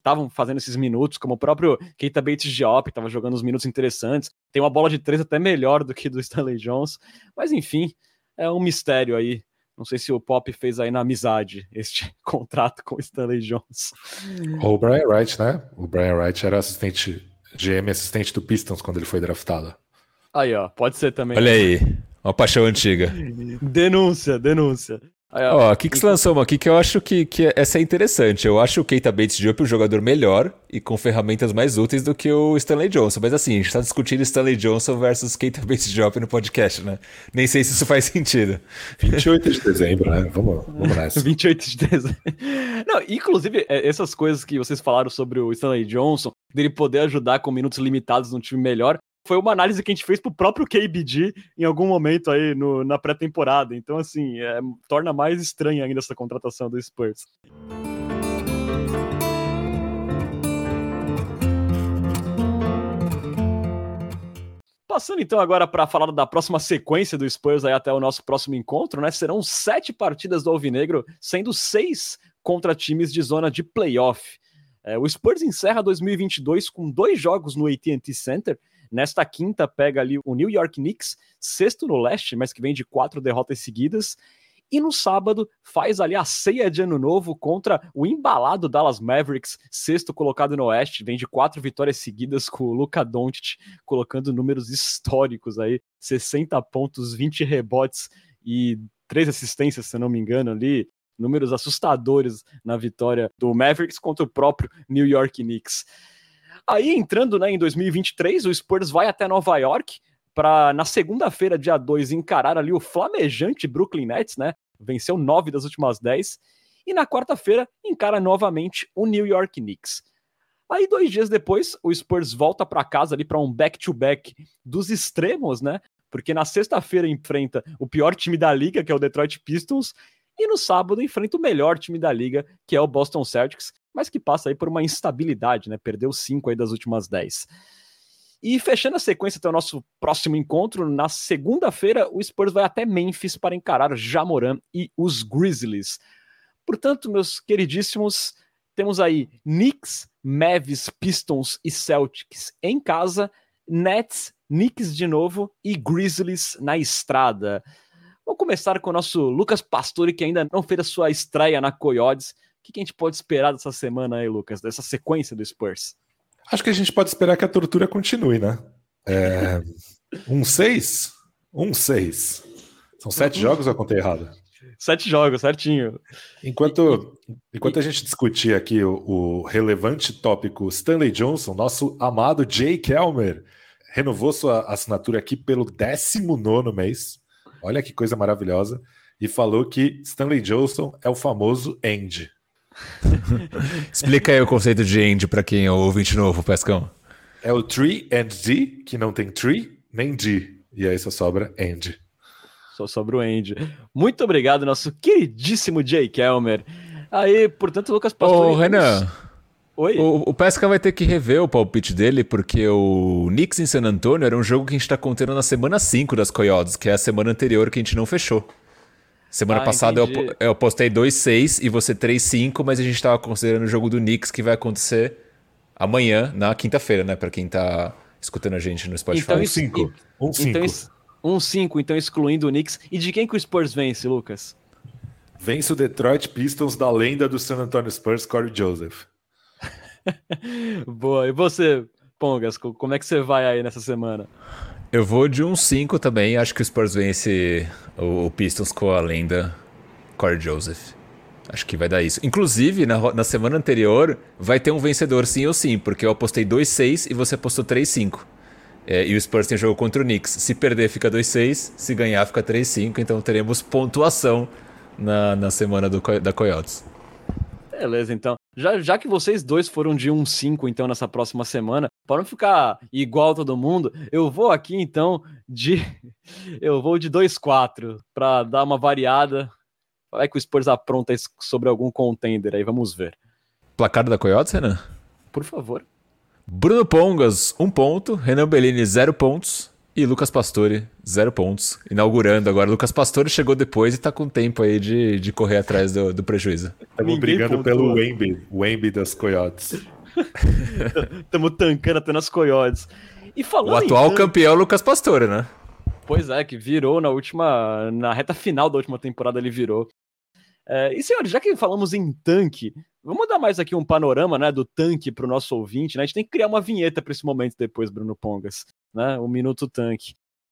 estavam fazendo esses minutos, como o próprio Keita Bates-Diop estava jogando uns minutos interessantes. Tem uma bola de 3 até melhor do que do Stanley Johnson. Mas enfim, é um mistério aí. Não sei se o Pop fez aí na amizade este contrato com o Stanley Johnson. Ou o Brian Wright, né? O Brian Wright era GM assistente do Pistons quando ele foi draftado. Aí, ó, pode ser também. Olha aí, uma paixão antiga. Denúncia. Ó, o que você lançou uma aqui que eu acho que essa é interessante. Eu acho o Keita Bates-Diop um jogador melhor e com ferramentas mais úteis do que o Stanley Johnson. Mas assim, a gente tá discutindo Stanley Johnson versus Keita Bates-Diop no podcast, né? Nem sei se isso faz sentido. 28 de dezembro, né? Vamos nessa. 28 de dezembro. Não, inclusive, essas coisas que vocês falaram sobre o Stanley Johnson, dele poder ajudar com minutos limitados num time melhor, foi uma análise que a gente fez pro próprio KBD em algum momento aí na pré-temporada. Então, assim, torna mais estranha ainda essa contratação do Spurs. Passando então agora para falar da próxima sequência do Spurs aí até o nosso próximo encontro, né? Serão 7 partidas do Alvinegro, sendo 6 contra times de zona de playoff. O Spurs encerra 2022 com 2 jogos no AT&T Center. Nesta quinta pega ali o New York Knicks, 6º no leste, mas que vem de 4 derrotas seguidas. E no sábado faz ali a ceia de ano novo contra o embalado Dallas Mavericks, 6º colocado no oeste, vem de 4 vitórias seguidas com o Luka Doncic, colocando números históricos aí, 60 pontos, 20 rebotes e 3 assistências, se não me engano ali, números assustadores na vitória do Mavericks contra o próprio New York Knicks. Aí, entrando, né, em 2023, o Spurs vai até Nova York para, na segunda-feira, dia 2, encarar ali o flamejante Brooklyn Nets, né? Venceu 9 das últimas 10. E na quarta-feira, encara novamente o New York Knicks. Aí, 2 dias depois, o Spurs volta para casa ali para um back-to-back dos extremos, né? Porque na sexta-feira enfrenta o pior time da liga, que é o Detroit Pistons, e no sábado enfrenta o melhor time da liga, que é o Boston Celtics, mas que passa aí por uma instabilidade, né? Perdeu 5 aí das últimas 10. E fechando a sequência até o nosso próximo encontro, na segunda-feira o Spurs vai até Memphis para encarar Ja Morant e os Grizzlies. Portanto, meus queridíssimos, temos aí Knicks, Mavs, Pistons e Celtics em casa, Nets, Knicks de novo e Grizzlies na estrada. Vamos começar com o nosso Lucas Pastore, que ainda não fez a sua estreia na Coyotes. O que a gente pode esperar dessa semana aí, Lucas, dessa sequência do Spurs? Acho que a gente pode esperar que a tortura continue, né? 1-6? 1-6. São 7 jogos ou eu contei errado? 7 jogos, certinho. Enquanto a gente discutir aqui o relevante tópico Stanley Johnson, nosso amado Jay Kelmer renovou sua assinatura aqui pelo 19º mês. Olha que coisa maravilhosa. E falou que Stanley Johnson é o famoso End. Explica aí o conceito de End para quem é o ouvinte novo, Pescão. É o 3 and D, que não tem 3 nem D. E aí só sobra End. Só sobra o End. Muito obrigado, nosso queridíssimo Jay Kelmer. Aí, portanto, Lucas Pastore... Ô, Renan... Oi? O Pesca vai ter que rever o palpite dele, porque o Knicks em San Antonio era um jogo que a gente tá contando na semana 5 das Coyotes, que é a semana anterior que a gente não fechou. Semana passada eu postei 2-6 e você 3-5, mas a gente tava considerando o jogo do Knicks que vai acontecer amanhã, na quinta-feira, né? Pra quem tá escutando a gente no Spotify. Então, 1-5. 1-5, então excluindo o Knicks. E de quem que o Spurs vence, Lucas? Vence o Detroit Pistons da lenda do San Antonio Spurs, Corey Joseph. Boa, e você, Pongas, como é que você vai aí nessa semana? Eu vou de 1-5 também, acho que o Spurs vence o Pistons com a lenda Corey Joseph. Acho que vai dar isso. Inclusive, na semana anterior, vai ter um vencedor sim ou sim, porque eu apostei 2-6 e você apostou 3-5. E o Spurs tem jogo contra o Knicks. Se perder, fica 2-6, se ganhar, fica 3-5, então teremos pontuação na semana da Coyotes. Beleza, então. Já que vocês dois foram de 1-5, então, nessa próxima semana, para não ficar igual todo mundo, eu vou aqui, então, eu vou de 2-4, para dar uma variada. Vai que o Spurs apronta sobre algum contender aí, vamos ver. Placar da Coyotes, Renan? Por favor. Bruno Pongas, 1 ponto. Renan Bellini, 0 pontos. E Lucas Pastore, 0 pontos. Inaugurando agora. Lucas Pastore chegou depois e tá com tempo aí de correr atrás do prejuízo. Estamos brigando pelo Wemby das Coyotes. Estamos tancando até nas coiotes. E falando o atual campeão Lucas Pastore, né? Pois é, que virou na reta final da última temporada ele virou. E senhores, já que falamos em tanque, vamos dar mais aqui um panorama, né, do tanque para o nosso ouvinte, né? A gente tem que criar uma vinheta para esse momento depois, Bruno Pongas, né? O Minuto Tanque.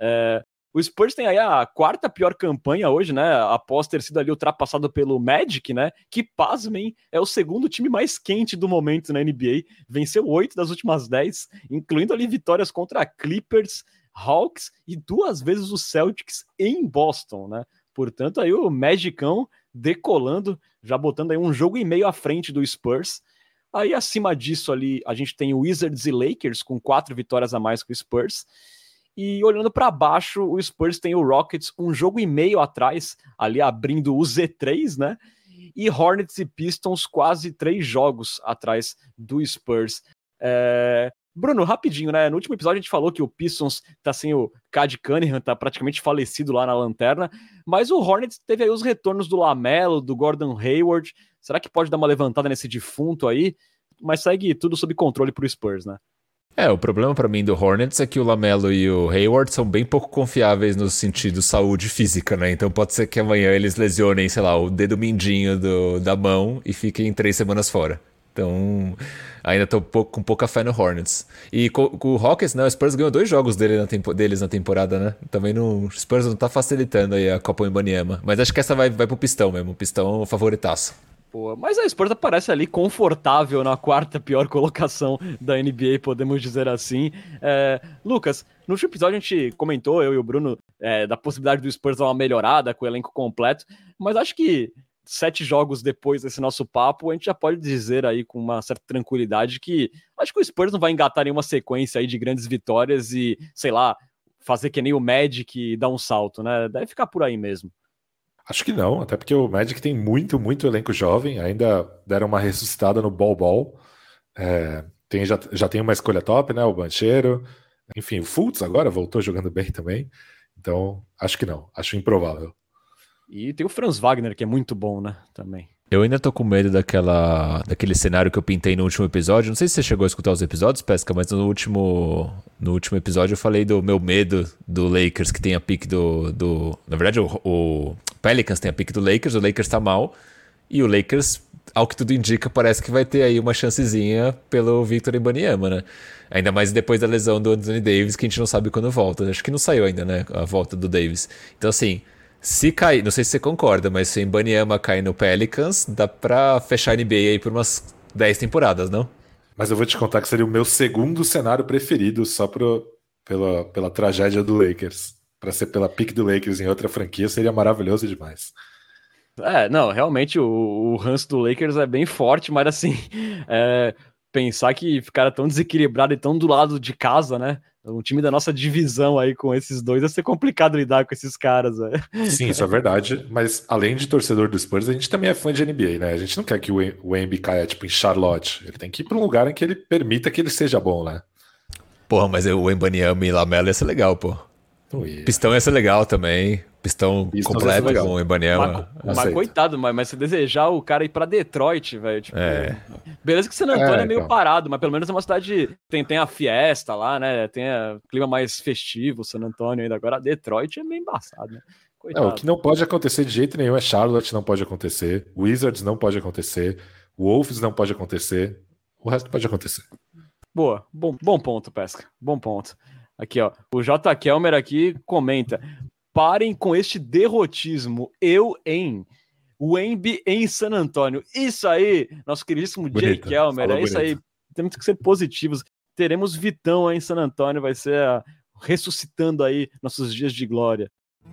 O Spurs tem aí a quarta pior campanha hoje, né? Após ter sido ali ultrapassado pelo Magic, né? Que, pasmem, é o segundo time mais quente do momento na NBA. Venceu 8 das últimas 10, incluindo ali vitórias contra Clippers, Hawks e 2 vezes o Celtics em Boston, né? Portanto, aí o Magicão decolando, já botando aí 1,5 jogo à frente do Spurs. Aí acima disso ali, a gente tem o Wizards e Lakers com 4 vitórias a mais que o Spurs. E olhando para baixo, o Spurs tem o Rockets 1,5 jogo atrás, ali abrindo o Z3, né? E Hornets e Pistons quase 3 jogos atrás do Spurs. Bruno, rapidinho, né? No último episódio a gente falou que o Pistons tá sem o Cade Cunningham, tá praticamente falecido lá na lanterna, mas o Hornets teve aí os retornos do LaMelo, do Gordon Hayward. Será que pode dar uma levantada nesse defunto aí? Mas segue tudo sob controle pro Spurs, né? O problema pra mim do Hornets é que o LaMelo e o Hayward são bem pouco confiáveis no sentido saúde física, né? Então pode ser que amanhã eles lesionem, sei lá, o dedo mindinho da mão e fiquem 3 semanas fora. Então, ainda tô com pouca fé no Hornets. E com o Rockets, né? O Spurs ganhou 2 jogos deles na temporada, né? Também o Spurs não tá facilitando aí a Copa Wembanyama. Mas acho que essa vai pro Pistão mesmo. O Pistão é o favoritaço. Pô, mas a Spurs aparece ali confortável na 4ª pior colocação da NBA, podemos dizer assim. Lucas, no último episódio a gente comentou, eu e o Bruno, da possibilidade do Spurs dar uma melhorada com o elenco completo, mas acho que 7 jogos depois desse nosso papo, a gente já pode dizer aí com uma certa tranquilidade que acho que o Spurs não vai engatar nenhuma sequência aí de grandes vitórias e, sei lá, fazer que nem o Magic e dar um salto, né? Deve ficar por aí mesmo. Acho que não, até porque o Magic tem muito, muito elenco jovem, ainda deram uma ressuscitada no Bol. Já tem uma escolha top, né? O Banchero. Enfim, o Fultz agora voltou jogando bem também. Então, acho que não, acho improvável. E tem o Franz Wagner, que é muito bom, né? Também. Eu ainda tô com medo daquele cenário que eu pintei no último episódio. Não sei se você chegou a escutar os episódios, Pesca, mas no último episódio eu falei do meu medo do Lakers, que tem a pick Na verdade, o Pelicans tem a pick do Lakers, o Lakers tá mal, e o Lakers, ao que tudo indica, parece que vai ter aí uma chancezinha pelo Victor Wembanyama, né? Ainda mais depois da lesão do Anthony Davis, que a gente não sabe quando volta. Acho que não saiu ainda, né? A volta do Davis. Então, assim, se cair, não sei se você concorda, mas se o Wembanyama cair no Pelicans, dá pra fechar a NBA aí por umas 10 temporadas, não? Mas eu vou te contar que seria o meu segundo cenário preferido, só pela tragédia do Lakers. Pra ser pela pick do Lakers em outra franquia, seria maravilhoso demais. Não, realmente o ranço do Lakers é bem forte, mas assim, pensar que ficaram tão desequilibrado e tão do lado de casa, né? O time da nossa divisão aí com esses dois vai ser complicado lidar com esses caras, velho. Sim, isso é verdade, mas além de torcedor do Spurs, a gente também é fã de NBA, né? A gente não quer que o Embi caia tipo em Charlotte. Ele tem que ir pra um lugar em que ele permita que ele seja bom, né? Porra, mas o Wembanyama e LaMelo ia ser legal, pô. Pistão ia ser legal também. Pistão completo com o Wembanyama. Mas coitado, mas se desejar o cara ir pra Detroit, velho, tipo... Beleza que San Antonio é meio então. parado, mas pelo menos é uma cidade... Tem a fiesta lá, né? Tem o clima mais festivo, San Antonio ainda. Agora Detroit é meio embaçado, né? Coitado. O que não pode acontecer de jeito nenhum é Charlotte não pode acontecer, Wizards não pode acontecer, Wolves não pode acontecer, o resto pode acontecer. Boa, bom ponto, Pesca. Bom ponto. Aqui, ó, o J. Kelmer aqui comenta: parem com este derrotismo. O Wemby em San Antonio. Isso aí, nosso queridíssimo Jay Kelmer. É isso aí. Temos que ser positivos. Teremos Vitão aí em San Antonio. Vai ser ressuscitando aí nossos dias de glória.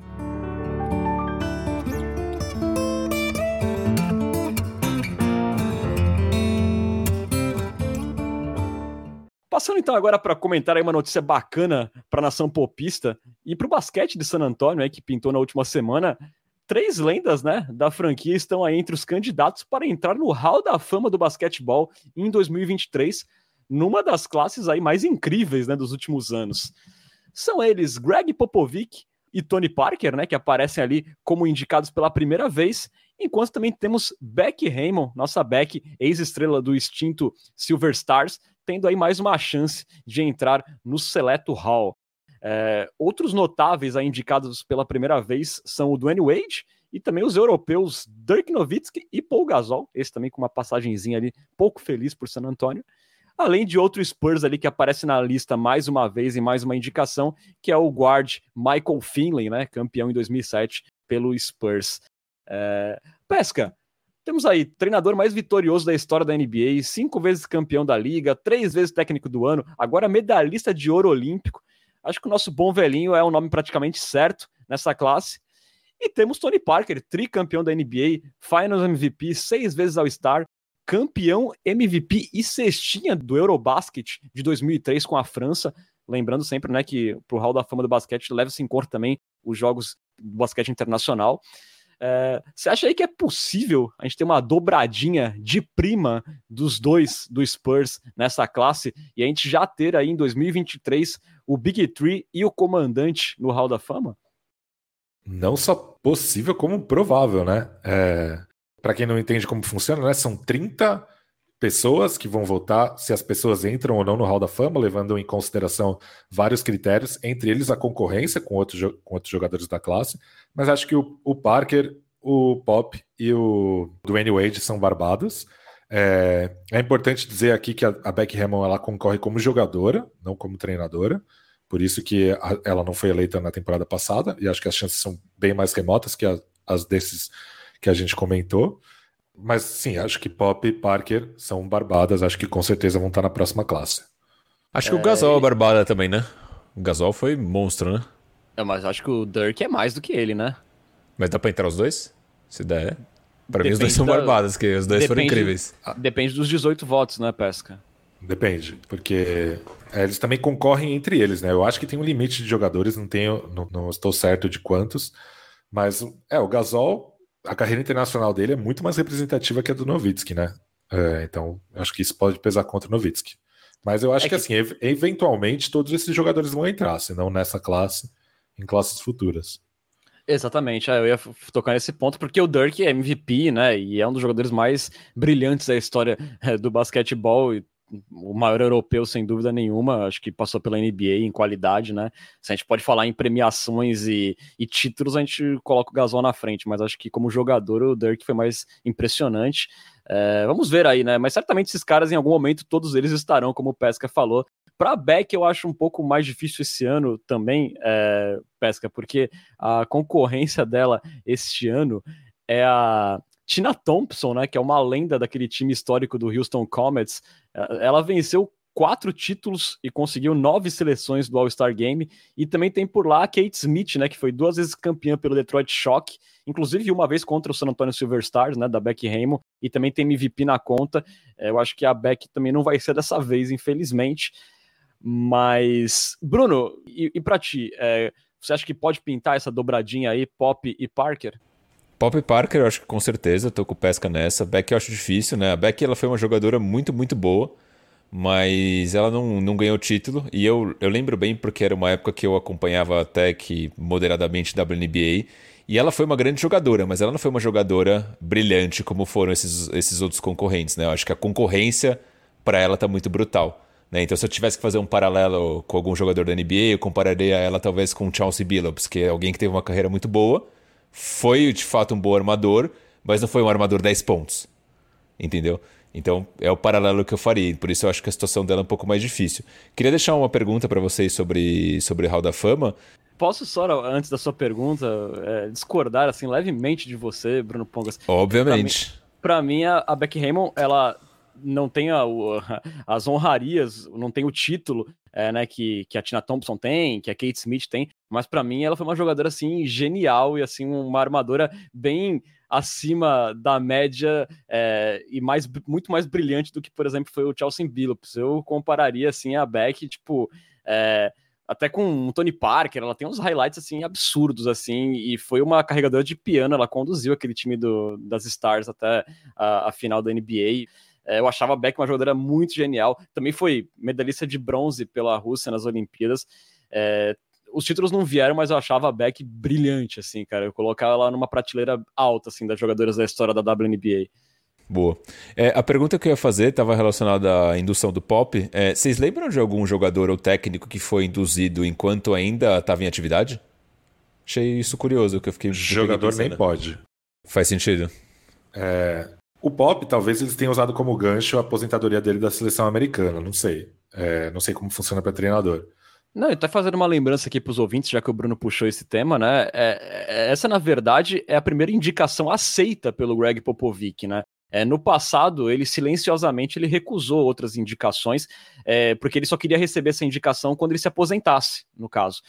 Passando então agora para comentar aí uma notícia bacana para a nação popista e para o basquete de San Antonio, aí, que pintou na última semana. 3 lendas, né, da franquia estão aí entre os candidatos para entrar no Hall da Fama do basquetebol em 2023, numa das classes aí mais incríveis, né, dos últimos anos. São eles Greg Popovich e Tony Parker, né, que aparecem ali como indicados pela primeira vez, enquanto também temos Becky Hammon, nossa Becky, ex-estrela do extinto Silver Stars, tendo aí mais uma chance de entrar no seleto hall. Outros notáveis aí indicados pela primeira vez são o Dwayne Wade e também os europeus Dirk Nowitzki e Paul Gasol, esse também com uma passagenzinha ali pouco feliz por San Antonio, além de outro Spurs ali que aparece na lista mais uma vez em mais uma indicação, que é o guard Michael Finley, né, campeão em 2007 pelo Spurs. Pesca, temos aí treinador mais vitorioso da história da NBA, 5 vezes campeão da liga, 3 vezes técnico do ano, agora medalhista de ouro olímpico. Acho que o nosso bom velhinho é um nome praticamente certo nessa classe. E temos Tony Parker, tricampeão da NBA, Finals MVP, 6 vezes All-Star, campeão MVP e cestinha do Eurobasket de 2003 com a França. Lembrando sempre, né, que pro Hall da Fama do basquete leva-se em conta também os jogos do basquete internacional. Você acha aí que é possível a gente ter uma dobradinha de prima dos dois do Spurs nessa classe e a gente já ter aí em 2023 o Big Three e o comandante no Hall da Fama? Não só possível, como provável, né? Para quem não entende como funciona, né? São 30 pessoas que vão votar se as pessoas entram ou não no Hall da Fama, levando em consideração vários critérios, entre eles a concorrência com outros jogadores da classe, mas acho que o Parker, o Pop e o Dwayne Wade são barbados. É importante dizer aqui que a Becky Hammon ela concorre como jogadora, não como treinadora, por isso que ela não foi eleita na temporada passada, e acho que as chances são bem mais remotas que as desses que a gente comentou. Mas sim, acho que Pop e Parker são barbadas, acho que com certeza vão estar na próxima classe. Acho que o Gasol é barbada também, né? O Gasol foi monstro, né? Mas acho que o Dirk é mais do que ele, né? Mas dá pra entrar os dois? Se der. Pra mim os dois são barbadas, que os dois foram incríveis. Depende dos 18 votos, né, Pesca? Depende, porque eles também concorrem entre eles, né? Eu acho que tem um limite de jogadores, não estou certo de quantos, mas o Gasol, a carreira internacional dele é muito mais representativa que a do Nowitzki, né? Então, acho que isso pode pesar contra o Nowitzki. Mas eu acho que assim, eventualmente todos esses jogadores vão entrar, se não nessa classe, em classes futuras. Exatamente, eu ia tocar nesse ponto, porque o Dirk é MVP, né, e é um dos jogadores mais brilhantes da história do basquetebol, e o maior europeu, sem dúvida nenhuma, acho que passou pela NBA em qualidade, né, se a gente pode falar em premiações e títulos, a gente coloca o Gasol na frente, mas acho que como jogador o Dirk foi mais impressionante. Vamos ver aí, né, mas certamente esses caras em algum momento, todos eles estarão, como o Pesca falou. Para a Beck eu acho um pouco mais difícil esse ano também, Pesca, porque a concorrência dela este ano é a Tina Thompson, né, que é uma lenda daquele time histórico do Houston Comets. Ela venceu 4 títulos e conseguiu 9 seleções do All-Star Game, e também tem por lá a Kate Smith, né, que foi 2 vezes campeã pelo Detroit Shock, inclusive uma vez contra o San Antonio Silver Stars, né, da Becky Hammon, e também tem MVP na conta. Eu acho que a Beck também não vai ser dessa vez, infelizmente. Mas, Bruno, e pra ti, você acha que pode pintar essa dobradinha aí, Pop e Parker? Pop e Parker, eu acho que com certeza, tô com Pesca nessa. Beck eu acho difícil, né? A Beck ela foi uma jogadora muito, muito boa, mas ela não ganhou título. E eu lembro bem porque era uma época que eu acompanhava até que moderadamente WNBA. E ela foi uma grande jogadora, mas ela não foi uma jogadora brilhante como foram esses outros concorrentes, né? Eu acho que a concorrência para ela tá muito brutal. Então, se eu tivesse que fazer um paralelo com algum jogador da NBA, eu compararia ela talvez com o Chauncey Billups, que é alguém que teve uma carreira muito boa, foi de fato um bom armador, mas não foi um armador 10 pontos, entendeu? Então, é o paralelo que eu faria, por isso eu acho que a situação dela é um pouco mais difícil. Queria deixar uma pergunta para vocês sobre Hall da Fama. Posso só, antes da sua pergunta, discordar assim levemente de você, Bruno Pongas? Obviamente. Para mim, a Becky Hammon, ela não tem as honrarias, não tem o título, né, que a Tina Thompson tem, que a Kate Smith tem, mas para mim ela foi uma jogadora assim genial e assim uma armadora bem acima da média, e muito mais brilhante do que, por exemplo, foi o Chauncey Billups. Eu compararia assim a Beck, tipo, até com o Tony Parker. Ela tem uns highlights assim absurdos assim, e foi uma carregadora de piano. Ela conduziu aquele time das Stars até a final da NBA. Eu achava a Beck uma jogadora muito genial. Também foi medalhista de bronze pela Rússia nas Olimpíadas. os títulos não vieram, mas eu achava a Beck brilhante, assim, cara. Eu colocava ela numa prateleira alta, assim, das jogadoras da história da WNBA. Boa. A pergunta que eu ia fazer estava relacionada à indução do Pop. Vocês lembram de algum jogador ou técnico que foi induzido enquanto ainda estava em atividade? Achei isso curioso, que eu fiquei Jogador nem pode. Faz sentido. O Pop, talvez eles tenham usado como gancho a aposentadoria dele da seleção americana, não sei. Não sei como funciona para treinador. Não, eu tô fazendo uma lembrança aqui para os ouvintes, já que o Bruno puxou esse tema, né? Essa, na verdade, é a primeira indicação aceita pelo Greg Popovich, né? No passado, ele silenciosamente recusou outras indicações, porque ele só queria receber essa indicação quando ele se aposentasse, no caso.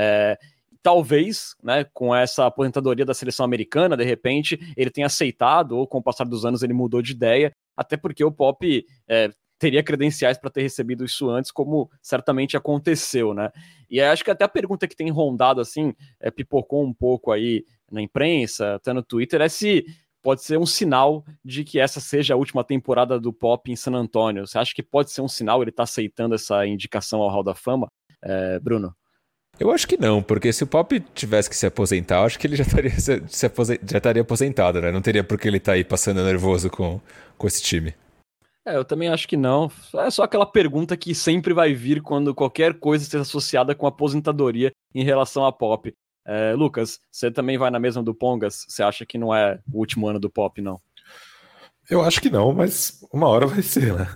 Talvez, né, com essa aposentadoria da seleção americana, de repente, ele tenha aceitado, ou com o passar dos anos ele mudou de ideia, até porque o Pop teria credenciais para ter recebido isso antes, como certamente aconteceu, né? E acho que até a pergunta que tem rondado, assim, pipocou um pouco aí na imprensa, até no Twitter, se pode ser um sinal de que essa seja a última temporada do Pop em San Antonio. Você acha que pode ser um sinal, ele tá aceitando essa indicação ao Hall da Fama, Bruno? Eu acho que não, porque se o Pop tivesse que se aposentar, eu acho que ele já estaria aposentado, né? Não teria por que ele tá aí passando nervoso com esse time. Eu também acho que não. É só aquela pergunta que sempre vai vir quando qualquer coisa esteja associada com aposentadoria em relação a Pop. Lucas, você também vai na mesma do Pongas? Você acha que não é o último ano do Pop, não? Eu acho que não, mas uma hora vai ser, né?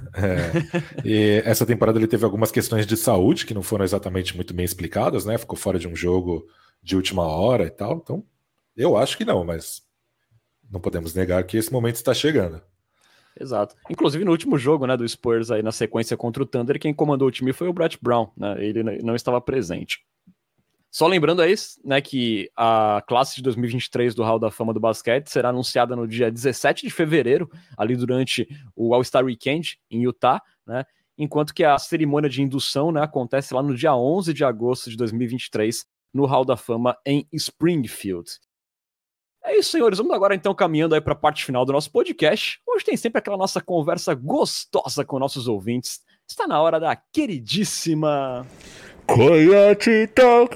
E essa temporada ele teve algumas questões de saúde que não foram exatamente muito bem explicadas, né? Ficou fora de um jogo de última hora e tal. Então, eu acho que não, mas não podemos negar que esse momento está chegando. Exato. Inclusive no último jogo, né, do Spurs aí na sequência contra o Thunder, quem comandou o time foi o Brett Brown, né? Ele não estava presente. Só lembrando aí, né, que a classe de 2023 do Hall da Fama do basquete será anunciada no dia 17 de fevereiro, ali durante o All-Star Weekend em Utah, né? Enquanto que a cerimônia de indução, né, acontece lá no dia 11 de agosto de 2023 no Hall da Fama em Springfield. É isso, senhores. Vamos agora então caminhando aí para a parte final do nosso podcast. Hoje tem sempre aquela nossa conversa gostosa com nossos ouvintes. Está na hora da queridíssima Coyote Talk.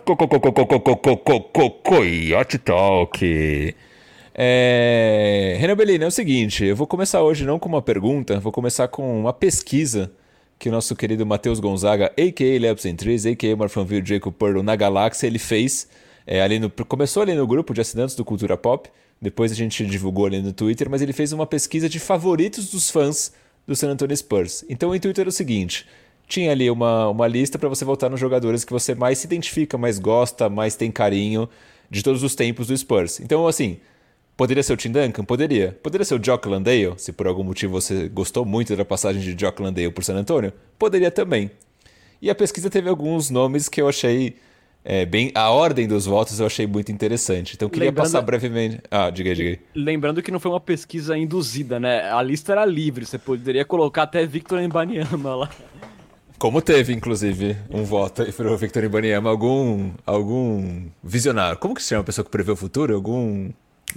Coyote Talk. Renan Bellini, é o seguinte, eu vou começar hoje não com uma pergunta, vou começar com uma pesquisa que o nosso querido Matheus Gonzaga, a.k.a. Labs and Trees, a.k.a. Marfanville Jacob Pearl, na Galáxia, ele fez... começou ali no grupo de assinantes do Cultura Pop, depois a gente divulgou ali no Twitter, mas ele fez uma pesquisa de favoritos dos fãs do San Antonio Spurs. Então o intuito era o seguinte, tinha ali uma lista para você votar nos jogadores que você mais se identifica, mais gosta, mais tem carinho de todos os tempos do Spurs. Então assim, poderia ser o Tim Duncan? Poderia. Poderia ser o Jock Landale, se por algum motivo você gostou muito da passagem de Jock Landale por San Antonio? Poderia também. E a pesquisa teve alguns nomes que eu achei... a ordem dos votos eu achei muito interessante. Então eu queria passar brevemente... Diga aí. Lembrando que não foi uma pesquisa induzida, né? A lista era livre, você poderia colocar até Victor Wembanyama lá. Como teve, inclusive, um voto aí para o Victor Wembanyama, algum visionário. Como que se chama a pessoa que prevê o futuro? Algum...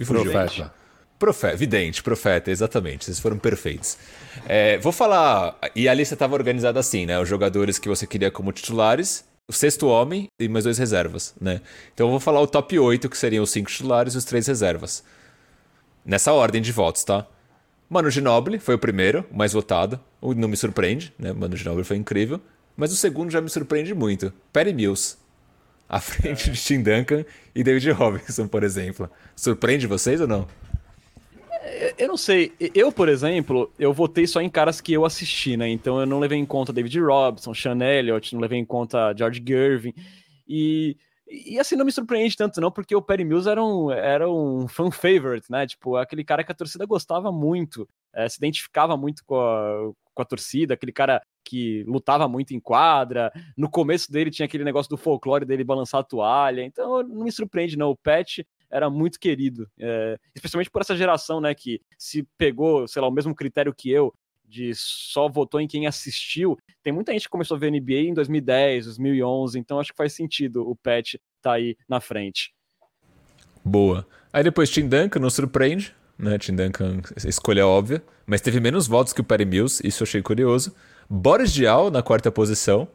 Vidente, profeta, exatamente. Vocês foram perfeitos. Vou falar... E a lista estava organizada assim, né? Os jogadores que você queria como titulares... O sexto homem e mais 2 reservas, né? Então eu vou falar o top 8, que seriam os 5 titulares e os 3 reservas. Nessa ordem de votos, tá? Manu Ginobili foi o primeiro, o mais votado. Não me surpreende, né? Manu Ginobili foi incrível. Mas o segundo já me surpreende muito. Patty Mills. À frente de Tim Duncan e David Robinson, por exemplo. Surpreende vocês ou não? Eu não sei. Eu, por exemplo, eu votei só em caras que eu assisti, né? Então eu não levei em conta David Robinson, Sean Elliott, não levei em conta George Gervin. E assim, não me surpreende tanto não, porque o Patty Mills era um fan favorite, né? Tipo, aquele cara que a torcida gostava muito, se identificava muito com a torcida, aquele cara que lutava muito em quadra. No começo dele tinha aquele negócio do folclore dele balançar a toalha. Então não me surpreende não. O Pat era muito querido, especialmente por essa geração, né, que se pegou, sei lá, o mesmo critério que eu, de só votou em quem assistiu. Tem muita gente que começou a ver NBA em 2010, 2011, então acho que faz sentido o Pat tá aí na frente. Boa. Aí depois Tim Duncan não surpreende, né, Tim Duncan, escolha óbvia, mas teve menos votos que o Patty Mills, isso eu achei curioso. Boris Diaw na 4ª posição,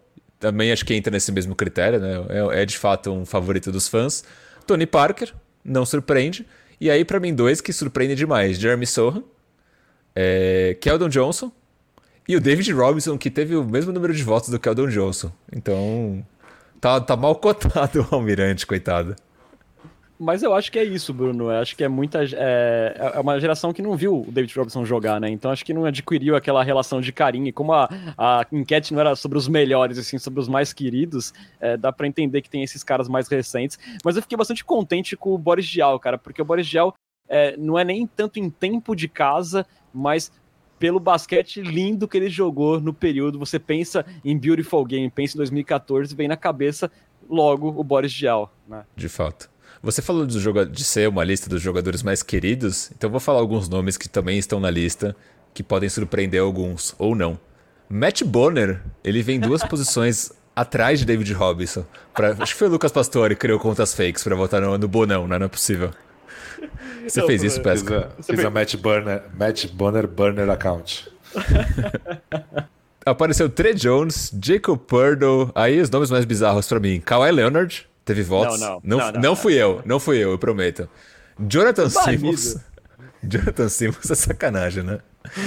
também acho que entra nesse mesmo critério, né? É de fato um favorito dos fãs. Tony Parker, não surpreende. E aí, pra mim, dois que surpreendem demais. Jeremy Sohan, Keldon Johnson e o David Robinson, que teve o mesmo número de votos do Keldon Johnson. Então, tá mal cotado o Almirante, coitado. Mas eu acho que é isso, Bruno. Eu acho que é uma geração que não viu o David Robinson jogar, né? Então acho que não adquiriu aquela relação de carinho. E como a enquete não era sobre os melhores, assim, sobre os mais queridos, dá pra entender que tem esses caras mais recentes. Mas eu fiquei bastante contente com o Boris Diaw, cara, porque o Boris Diaw não é nem tanto em tempo de casa, mas pelo basquete lindo que ele jogou no período. Você pensa em Beautiful Game, pensa em 2014, vem na cabeça logo o Boris Diaw, né? De fato. Você falou de ser uma lista dos jogadores mais queridos, então vou falar alguns nomes que também estão na lista, que podem surpreender alguns, ou não. Matt Bonner, ele vem 2 posições atrás de David Robinson. Acho que foi o Lucas Pastore que criou contas fakes pra votar no Bonão, não é possível. Você fez isso, Pesca? Fiz a Matt Bonner Burner account. Apareceu Trey Jones, Jacob Poeltl, aí os nomes mais bizarros pra mim. Kawhi Leonard, teve votos? Não fui eu prometo. Jonathan Simmons. Jonathan Simmons é sacanagem, né?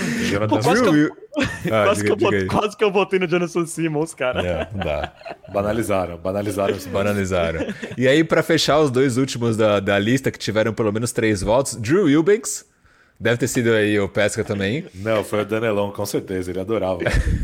Quase que eu votei no Jonathan Simmons, cara. Não dá. Banalizaram. E aí, pra fechar os 2 últimos da lista, que tiveram pelo menos 3 votos, Drew Eubanks. Deve ter sido aí o Pesca também. Não, foi o Danelon, com certeza. Ele adorava.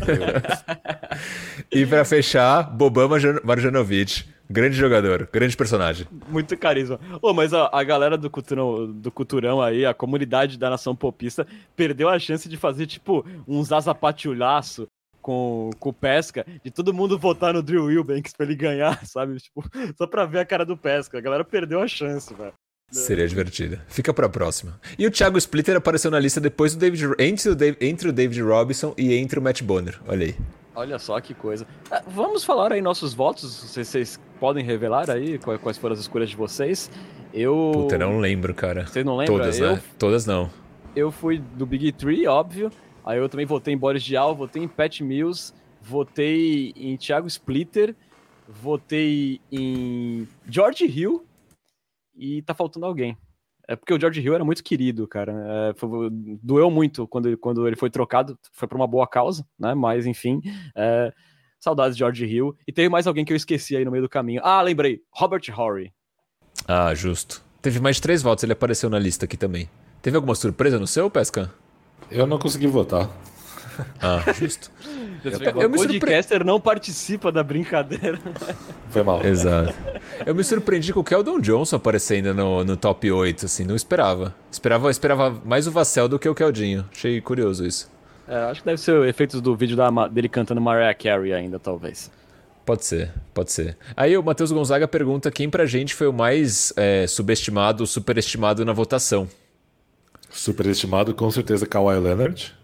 E pra fechar, Boban Marjanovic. Grande jogador, grande personagem. Muito carisma. Mas a galera do Culturão aí, a comunidade da Nação Popista, perdeu a chance de fazer, tipo, um zazapatiulhaço com o Pesca, de todo mundo votar no Drew Eubanks pra ele ganhar, sabe? Tipo, só pra ver a cara do Pesca. A galera perdeu a chance, velho. Seria divertido. Fica pra próxima. E o Thiago Splitter apareceu na lista depois do entre o David Robinson e entre o Matt Bonner. Olha aí. Olha só que coisa. Vamos falar aí nossos votos. Vocês podem revelar aí quais foram as escolhas de vocês? Puta, não lembro, cara. Vocês não lembram? Todas, né? Todas não. Eu fui do Big Three, óbvio. Aí eu também votei em Boris Diaw, votei em Pat Mills, votei em Thiago Splitter, votei em George Hill e tá faltando alguém. É porque o George Hill era muito querido, cara. Doeu muito quando ele foi trocado. Foi por uma boa causa, né? Mas, enfim, saudades de George Hill. E teve mais alguém que eu esqueci aí no meio do caminho. Lembrei. Robert Horry. Justo. Teve mais 3 votos, ele apareceu na lista aqui também. Teve alguma surpresa no seu, Pesca? Eu não consegui votar. Justo. O podcaster não participa da brincadeira. Foi mal. Exato. Eu me surpreendi com o Keldon Johnson aparecendo no top 8, assim, não esperava. Esperava mais o Vassell do que o Keldinho. Achei curioso isso. Acho que deve ser efeitos do vídeo dele cantando Mariah Carey ainda, talvez. Pode ser. Aí o Matheus Gonzaga pergunta quem pra gente foi o mais subestimado ou superestimado na votação. Superestimado, com certeza, Kawhi Leonard.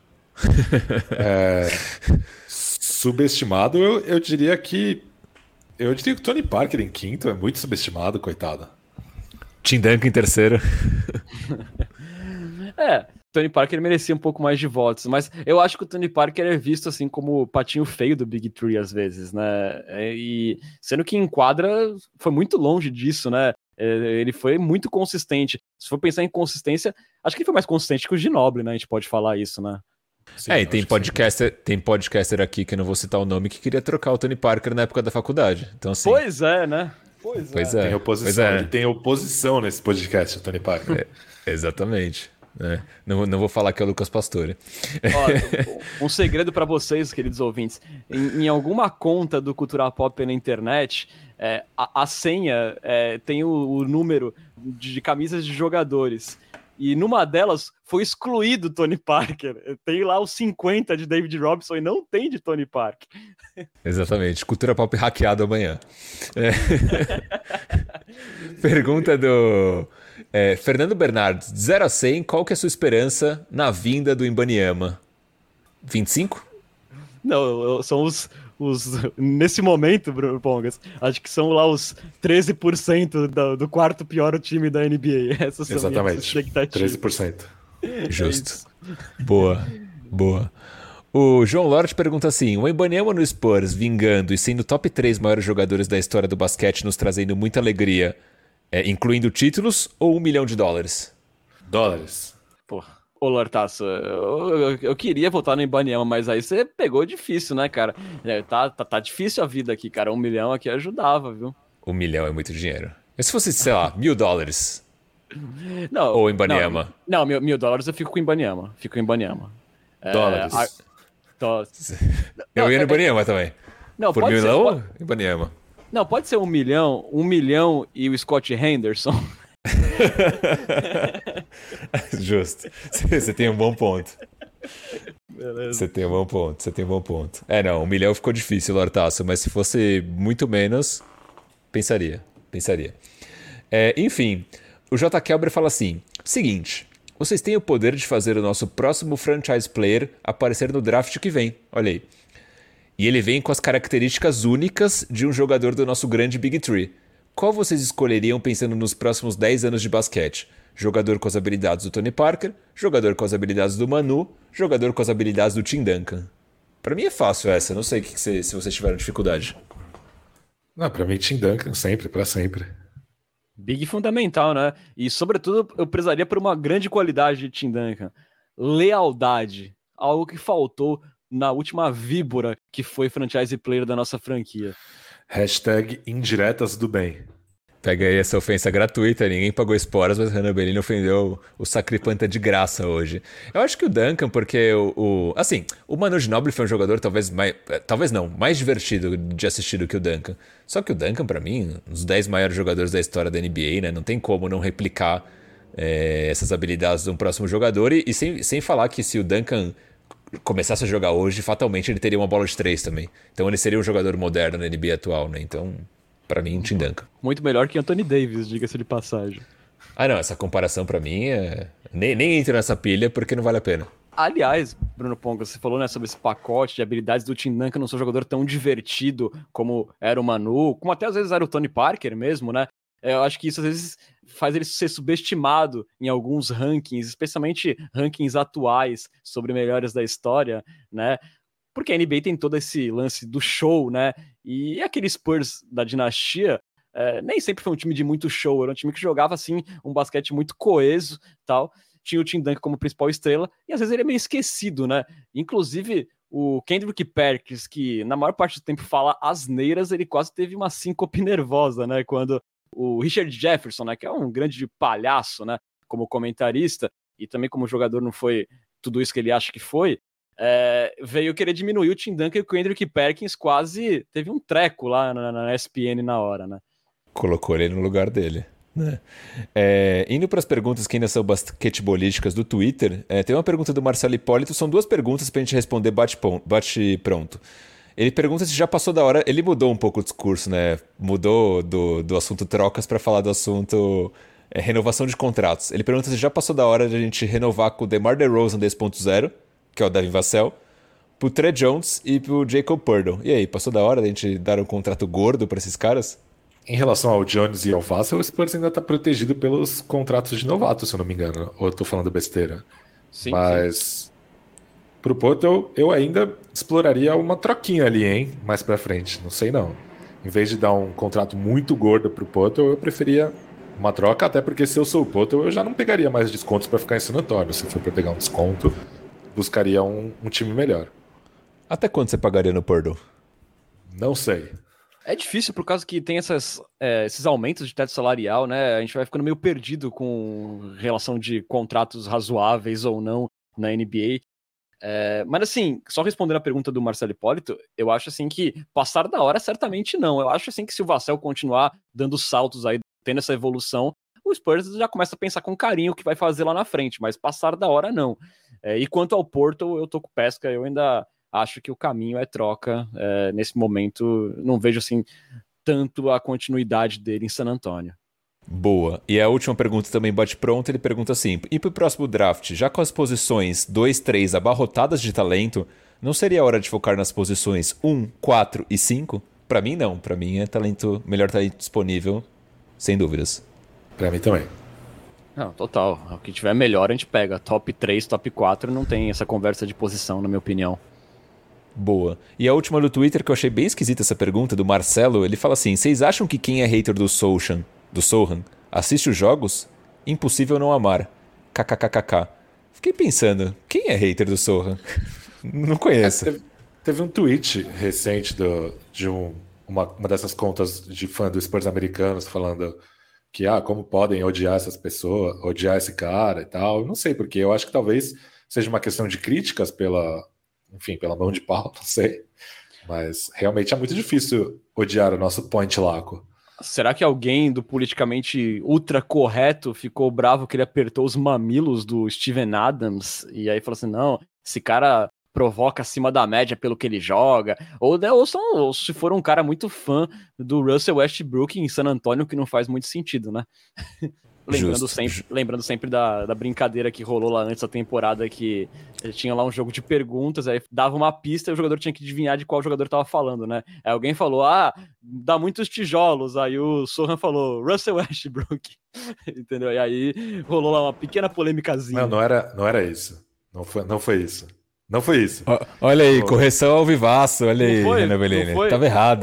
Subestimado, eu diria que o Tony Parker em quinto é muito subestimado, coitado. Tim Duncan em terceiro. Tony Parker merecia um pouco mais de votos, mas eu acho que o Tony Parker é visto assim como o patinho feio do Big Three às vezes, né? E sendo que em quadra foi muito longe disso, né? Ele foi muito consistente. Se for pensar em consistência, acho que ele foi mais consistente que o Ginobili, né? A gente pode falar isso, né? Sim, e tem podcaster aqui que eu não vou citar o nome que queria trocar o Tony Parker na época da faculdade. Então, assim, pois é, né? Pois é. Tem oposição. Ele tem oposição nesse podcast, o Tony Parker. Exatamente. Não vou falar que é o Lucas Pastore. Um segredo para vocês, queridos ouvintes. Em alguma conta do Cultura Pop na internet, a senha tem o número de camisas de jogadores. E numa delas foi excluído Tony Parker. Tem lá os 50 de David Robinson e não tem de Tony Parker. Exatamente. Cultura Pop hackeado amanhã. Pergunta do Fernando Bernardes. De 0 a 100, qual que é a sua esperança na vinda do Imbaniama? 25? Não, são os nesse momento, Bruno Pongas, acho que são lá os 13% do quarto pior time da NBA. Essas são as expectativas. 13%. Justo. Boa. O João Lorde pergunta assim: o Wembanyama no Spurs vingando e sendo top 3 maiores jogadores da história do basquete nos trazendo muita alegria, incluindo títulos ou $1 milhão? Dólares. Pô, ô Lortaço, eu queria votar no Ibaniama, mas aí você pegou difícil, né, cara? Tá difícil a vida aqui, cara. $1 milhão aqui ajudava, viu? $1 milhão é muito dinheiro. Mas se fosse, sei lá, $1.000 Não, ou Ibaniama? Não, $1.000 eu fico com o Ibaniama. Fico com o Ibaniama. Dólares. Eu ia no Ibaniama também. Não, por pode $1 ser, milhão, Ibaniama. Não, pode ser $1 milhão e o Scott Henderson. Justo. Você tem um bom ponto. Beleza. Você tem um bom ponto. Não, $1 milhão ficou difícil, Lortaço, mas se fosse muito menos, pensaria. Enfim, o J. Kelber fala assim: seguinte, vocês têm o poder de fazer o nosso próximo franchise player aparecer no draft que vem, olha aí. E ele vem com as características únicas de um jogador do nosso grande Big Three. Qual vocês escolheriam pensando nos próximos 10 anos de basquete? Jogador com as habilidades do Tony Parker, jogador com as habilidades do Manu, jogador com as habilidades do Tim Duncan. Pra mim é fácil essa, não sei se vocês tiveram dificuldade. Não, pra mim Tim Duncan, sempre, pra sempre. Big fundamental, né? E sobretudo eu prezaria por uma grande qualidade de Tim Duncan. Lealdade. Algo que faltou na última víbora que foi franchise player da nossa franquia. #indiretas do bem. Pega aí essa ofensa gratuita, ninguém pagou esporas, mas Renan Bellini ofendeu o Sacripanta de graça hoje. Eu acho que o Duncan, porque o Manu Ginóbili foi um jogador mais divertido de assistir do que o Duncan. Só que o Duncan, pra mim, um dos 10 maiores jogadores da história da NBA, né? Não tem como não replicar essas habilidades de um próximo jogador. E sem falar que se o Duncan começasse a jogar hoje, fatalmente ele teria uma bola de 3 também. Então ele seria um jogador moderno na NBA atual, né? Então, pra mim, Tim Duncan. Muito melhor que Anthony Davis, diga-se de passagem. Não, essa comparação pra mim nem entra nessa pilha porque não vale a pena. Aliás, Bruno Ponga, você falou, né, sobre esse pacote de habilidades do Tim Duncan, não ser um jogador tão divertido como era o Manu, como até às vezes era o Tony Parker mesmo, né? Eu acho que isso às vezes faz ele ser subestimado em alguns rankings, especialmente rankings atuais sobre melhores da história, né? Porque a NBA tem todo esse lance do show, né? E aquele Spurs da dinastia nem sempre foi um time de muito show, era um time que jogava assim um basquete muito coeso, tal. Tinha o Tim Duncan como principal estrela e às vezes ele é meio esquecido, né? Inclusive o Kendrick Perkins, que na maior parte do tempo fala asneiras, ele quase teve uma síncope nervosa, né? Quando o Richard Jefferson, né, que é um grande palhaço, né, como comentarista, e também como jogador não foi tudo isso que ele acha que foi, veio querer diminuir o Tim Duncan e o Kendrick Perkins quase teve um treco lá na ESPN na hora, né? Colocou ele no lugar dele, né? Indo para as perguntas que ainda são basquetebolísticas do Twitter, tem uma pergunta do Marcelo Hipólito, são 2 perguntas para a gente responder bate pronto. Ele pergunta se já passou da hora. Ele mudou um pouco o discurso, né? Mudou do assunto trocas para falar do assunto renovação de contratos. Ele pergunta se já passou da hora de a gente renovar com o DeMar DeRozan 2.0, que é o Devin Vassell, pro Tre Jones e pro Jacob Poeltl. E aí, passou da hora de a gente dar um contrato gordo para esses caras? Em relação ao Jones e ao Vassell, o Spurs ainda tá protegido pelos contratos de novato, se eu não me engano. Ou eu tô falando besteira. Sim, Mas sim. Pro Poeltl, eu ainda exploraria uma troquinha ali, hein? Mais pra frente. Não sei não. Em vez de dar um contrato muito gordo pro Poeltl, eu preferia uma troca, até porque se eu sou o Poeltl, eu já não pegaria mais descontos pra ficar em San Antonio. Se for pra pegar um desconto, buscaria um time melhor. Até quanto você pagaria no Poeltl? Não sei. É difícil por causa que tem esses aumentos de teto salarial, né? A gente vai ficando meio perdido com relação de contratos razoáveis ou não na NBA. Mas assim, só respondendo a pergunta do Marcelo Hipólito, eu acho assim que passar da hora certamente não. Eu acho assim que se o Vassell continuar dando saltos aí, tendo essa evolução, o Spurs já começa a pensar com carinho o que vai fazer lá na frente, mas passar da hora não. E quanto ao Poeltl, eu tô com pesca, eu ainda acho que o caminho é troca. Nesse momento, não vejo assim tanto a continuidade dele em San Antonio. Boa. E a última pergunta também bate pronto, ele pergunta assim: e pro próximo draft, já com as posições 2, 3 abarrotadas de talento, não seria hora de focar nas posições 1, 4 e 5? Pra mim não, pra mim é melhor talento disponível, sem dúvidas. Pra mim também. Não, total. O que tiver melhor a gente pega. Top 3, top 4, não tem essa conversa de posição, na minha opinião. Boa. E a última do Twitter, que eu achei bem esquisita essa pergunta, do Marcelo, ele fala assim: vocês acham que quem é hater do Sohan, assiste os jogos? Impossível não amar. KKKKK. Fiquei pensando, quem é hater do Sohan? Não conheço. Teve um tweet recente de uma dessas contas de fã dos Spurs americanos falando que, como podem odiar essas pessoas, odiar esse cara e tal. Eu não sei porquê, eu acho que talvez seja uma questão de críticas pela mão de pau, não sei. Mas realmente é muito difícil odiar o nosso Point Laco. Será que alguém do politicamente ultra correto ficou bravo que ele apertou os mamilos do Steven Adams e aí falou assim, não, esse cara provoca acima da média pelo que ele joga, ou se for um cara muito do Russell Westbrook em San Antonio, que não faz muito sentido, né? Lembrando sempre da brincadeira que rolou lá antes da temporada, que tinha lá um jogo de perguntas, aí dava uma pista e o jogador tinha que adivinhar de qual jogador tava falando, né? Aí alguém falou, dá muitos tijolos, aí o Sohan falou, Russell Westbrook, entendeu? E aí rolou lá uma pequena polêmicazinha. Não era isso. Não foi isso. Não foi isso. Olha aí, correção ao vivaço, olha aí, Renan Bellini. Tava errado.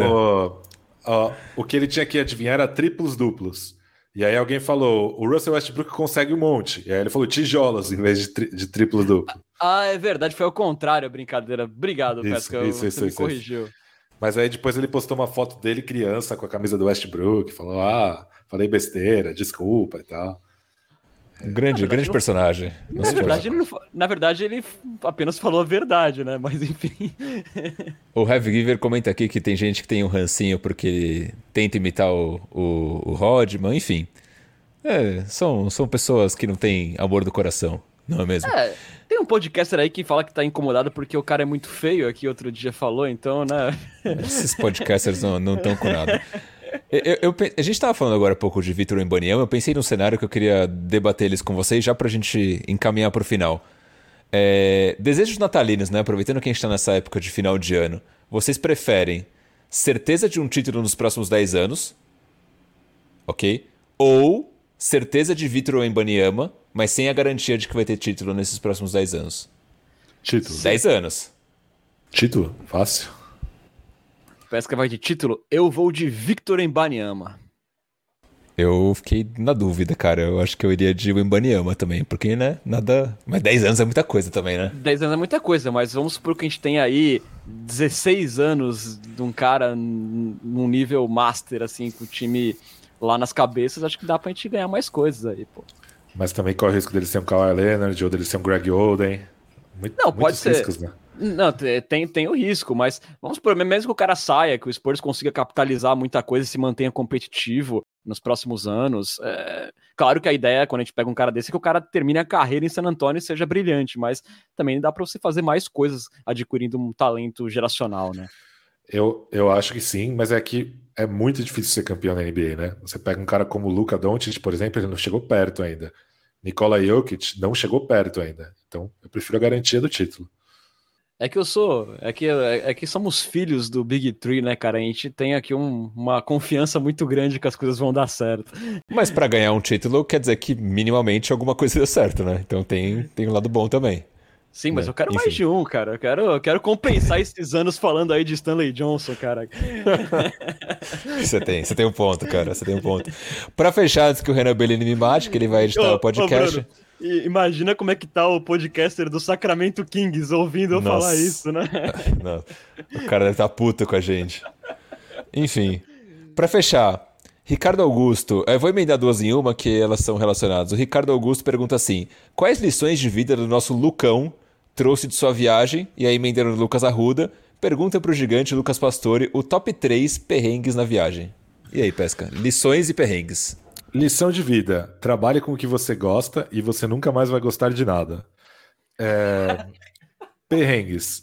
O que ele tinha que adivinhar era triplos duplos. E aí alguém falou, o Russell Westbrook consegue um monte. E aí ele falou tijolos em vez de triplo duplo. É verdade, foi ao contrário a brincadeira. Obrigado, Pesca, você me corrigiu. Mas aí depois ele postou uma foto dele criança com a camisa do Westbrook, falou, falei besteira, desculpa e tal. Grande personagem. Na verdade, ele apenas falou a verdade, né? Mas enfim. O Heavy Giver comenta aqui que tem gente que tem um rancinho porque ele tenta imitar o Rodman, enfim. São pessoas que não têm amor do coração, não é mesmo? Tem um podcaster aí que fala que tá incomodado porque o cara é muito feio, aqui outro dia falou, então, né? Esses podcasters não estão com nada. A gente estava falando agora um pouco de Victor Wembanyama. Eu pensei num cenário que eu queria debater eles com vocês já pra gente encaminhar pro final. Desejos natalinos, né? Aproveitando que a gente tá nessa época de final de ano. Vocês preferem certeza de um título nos próximos 10 anos? Ok? Ou certeza de Victor Wembanyama, mas sem a garantia de que vai ter título nesses próximos 10 anos? Título. 10 anos. Título? Fácil. Pesca vai de título, eu vou de Victor Wembanyama. Eu fiquei na dúvida, cara. Eu acho que eu iria de Wembanyama também, porque, né, nada... Mas 10 anos é muita coisa também, né? 10 anos é muita coisa, mas vamos supor que a gente tem aí 16 anos de um cara num nível master, assim, com o time lá nas cabeças, acho que dá pra gente ganhar mais coisas aí, pô. Mas também corre o risco dele ser um Kawhi Leonard ou dele ser um Greg Oden. Pode ser. Riscos, né? Não, tem o risco, mas vamos supor, mesmo que o cara saia, que o Spurs consiga capitalizar muita coisa e se mantenha competitivo nos próximos anos. Claro que a ideia, quando a gente pega um cara desse, é que o cara termine a carreira em San Antonio e seja brilhante, mas também dá pra você fazer mais coisas adquirindo um talento geracional, né? Eu acho que sim, mas é que é muito difícil ser campeão na NBA, né? Você pega um cara como o Luka Doncic, por exemplo, ele não chegou perto ainda. Nikola Jokic não chegou perto ainda. Então, eu prefiro a garantia do título. É que somos filhos do Big Three, né, cara? A gente tem aqui uma confiança muito grande que as coisas vão dar certo. Mas pra ganhar um título, quer dizer que minimamente alguma coisa deu certo, né? Então tem um lado bom também. Sim, mas eu quero mais de um, cara. Eu quero compensar esses anos falando aí de Stanley Johnson, cara. Você tem um ponto, cara. Você tem um ponto. Pra fechar, antes que o Renan Bellini me mate, que ele vai editar o podcast... Bruno. E imagina como é que tá o podcaster do Sacramento Kings ouvindo eu falar isso, né? Não. O cara deve estar puto com a gente. Enfim, pra fechar, Ricardo Augusto, eu vou emendar duas em uma que elas são relacionadas. O Ricardo Augusto pergunta assim: quais lições de vida do nosso Lucão trouxe de sua viagem? E aí emendando o Lucas Arruda, pergunta pro gigante Lucas Pastore o top 3 perrengues na viagem. E aí, Pesca? Lições e perrengues. Lição de vida. Trabalhe com o que você gosta e você nunca mais vai gostar de nada. Perrengues.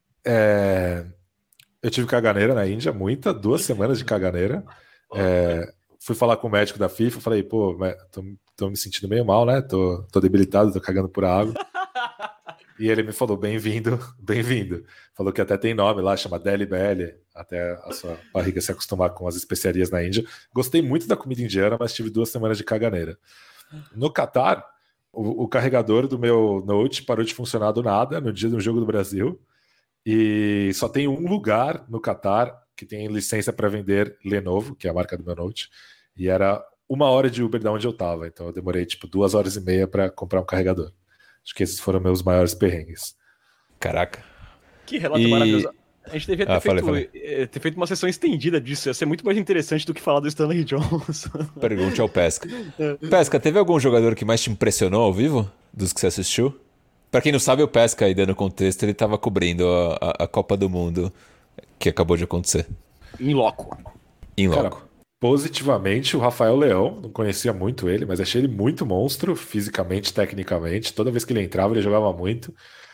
Eu tive caganeira na Índia, 2 semanas de caganeira. Fui falar com o médico da FIFA, falei, pô, tô me sentindo meio mal, né? Tô debilitado, tô cagando por água. E ele me falou, bem-vindo. Falou que até tem nome lá, chama Delhi Belly, até a sua barriga se acostumar com as especiarias na Índia. Gostei muito da comida indiana, mas tive 2 semanas de caganeira. No Catar, o carregador do meu Note parou de funcionar do nada, no dia do jogo do Brasil, E só tem um lugar no Catar que tem licença para vender Lenovo, que é a marca do meu Note, e era 1 hora de Uber da onde eu tava. Então eu demorei 2 horas e meia para comprar um carregador. Acho que esses foram meus maiores perrengues. Caraca. Que relato maravilhoso. A gente devia ter, falei. ter feito uma sessão estendida disso. Ia ser muito mais interessante do que falar do Stanley Johnson. Pergunte ao Pesca. Pesca, teve algum jogador que mais te impressionou ao vivo? Dos que você assistiu? Pra quem não sabe, o Pesca, aí dando contexto, ele tava cobrindo a Copa do Mundo que acabou de acontecer. Em loco. Cara, positivamente, o Rafael Leão, não conhecia muito ele, mas achei ele muito monstro, fisicamente, tecnicamente. Toda vez que ele entrava, ele jogava muito.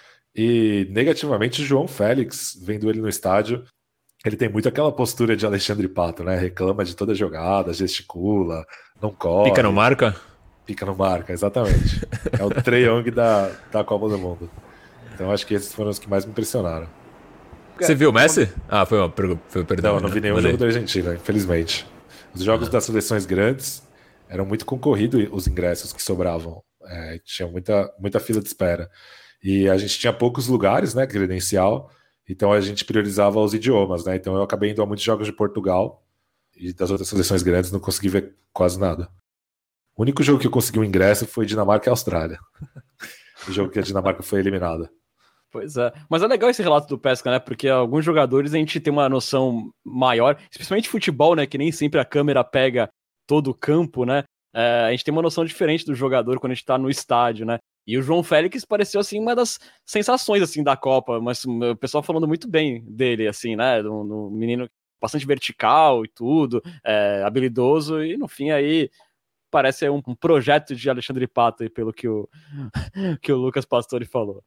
E negativamente, o João Félix, vendo ele no estádio, ele tem muito aquela postura de Alexandre Pato, né? Reclama de toda jogada, gesticula, não corre. Pica no marca? Pica no marca, exatamente. É o Trae Young da Copa do Mundo. Então acho que esses foram os que mais me impressionaram. Você viu o Messi? Foi perdão. Não, não vi nenhum jogo da Argentina, infelizmente. Os jogos das seleções grandes eram muito concorridos, os ingressos que sobravam. Tinha muita fila de espera. E a gente tinha poucos lugares, né, credencial, então a gente priorizava os idiomas, né? Então eu acabei indo a muitos jogos de Portugal e das outras seleções grandes não consegui ver quase nada. O único jogo que eu consegui um ingresso foi Dinamarca e Austrália. O jogo que a Dinamarca foi eliminada. Pois é. Mas é legal esse relato do Pesca, né? Porque alguns jogadores a gente tem uma noção maior, especialmente futebol, né? Que nem sempre a câmera pega todo o campo, né? A gente tem uma noção diferente do jogador quando a gente tá no estádio, né? E o João Félix pareceu, assim, uma das sensações, assim, da Copa, mas o pessoal falando muito bem dele, assim, né, do menino bastante vertical e tudo, habilidoso, e no fim aí parece um projeto de Alexandre Pato, aí, pelo que o Lucas Pastore falou.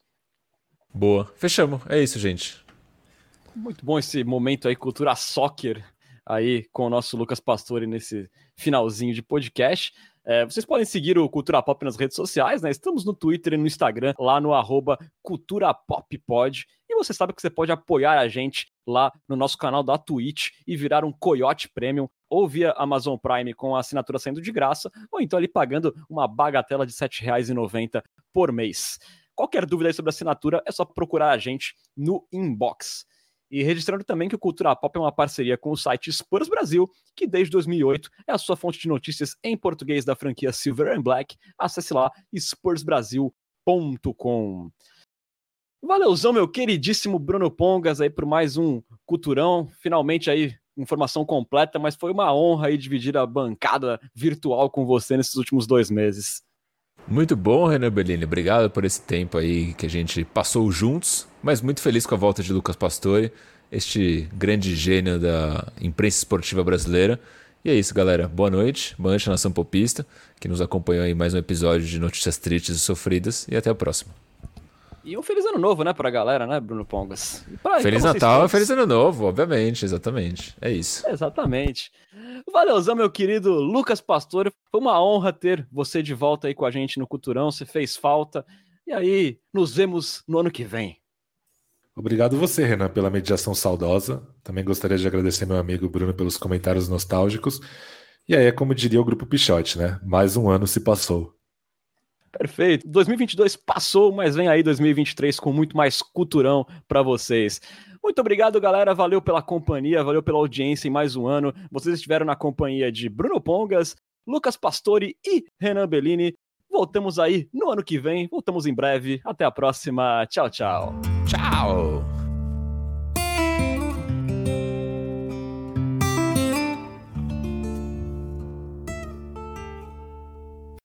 Boa, fechamos, é isso, gente. Muito bom esse momento aí, cultura soccer, aí com o nosso Lucas Pastore nesse finalzinho de podcast. Vocês podem seguir o Cultura Pop nas redes sociais, né? Estamos no Twitter e no Instagram, lá no @CulturaPopPod. E você sabe que você pode apoiar a gente lá no nosso canal da Twitch e virar um Coyote Premium, ou via Amazon Prime com a assinatura saindo de graça, ou então ali pagando uma bagatela de R$ 7,90 por mês. Qualquer dúvida aí sobre a assinatura, é só procurar a gente no inbox. E registrando também que o Cultura Pop é uma parceria com o site Spurs Brasil, que desde 2008 é a sua fonte de notícias em português da franquia Silver and Black. Acesse lá spursbrasil.com. Valeuzão, meu queridíssimo Bruno Pongas, aí por mais um Culturão. Finalmente aí, informação completa, mas foi uma honra aí dividir a bancada virtual com você nesses últimos 2 meses. Muito bom, Renan Bellini. Obrigado por esse tempo aí que a gente passou juntos, mas muito feliz com a volta de Lucas Pastore, este grande gênio da imprensa esportiva brasileira. E é isso, galera. Boa noite Nação Popista, que nos acompanhou em mais um episódio de Notícias Tristes e Sofridas, e até a próxima. E um Feliz Ano Novo, né, pra galera, né, Bruno Pongas? Feliz Natal e Feliz Ano Novo, obviamente, exatamente. É isso. Exatamente. Valeuzão, meu querido Lucas Pastore. Foi uma honra ter você de volta aí com a gente no Culturão. Você fez falta. E aí, nos vemos no ano que vem. Obrigado você, Renan, pela mediação saudosa. Também gostaria de agradecer meu amigo Bruno pelos comentários nostálgicos. E aí, é como diria o Grupo Pichote, né? Mais um ano se passou. Perfeito. 2022 passou, mas vem aí 2023 com muito mais Culturão para vocês. Muito obrigado, galera. Valeu pela companhia, valeu pela audiência em mais um ano. Vocês estiveram na companhia de Bruno Pongas, Lucas Pastore e Renan Bellini. Voltamos aí no ano que vem, voltamos em breve. Até a próxima. Tchau, tchau. Tchau!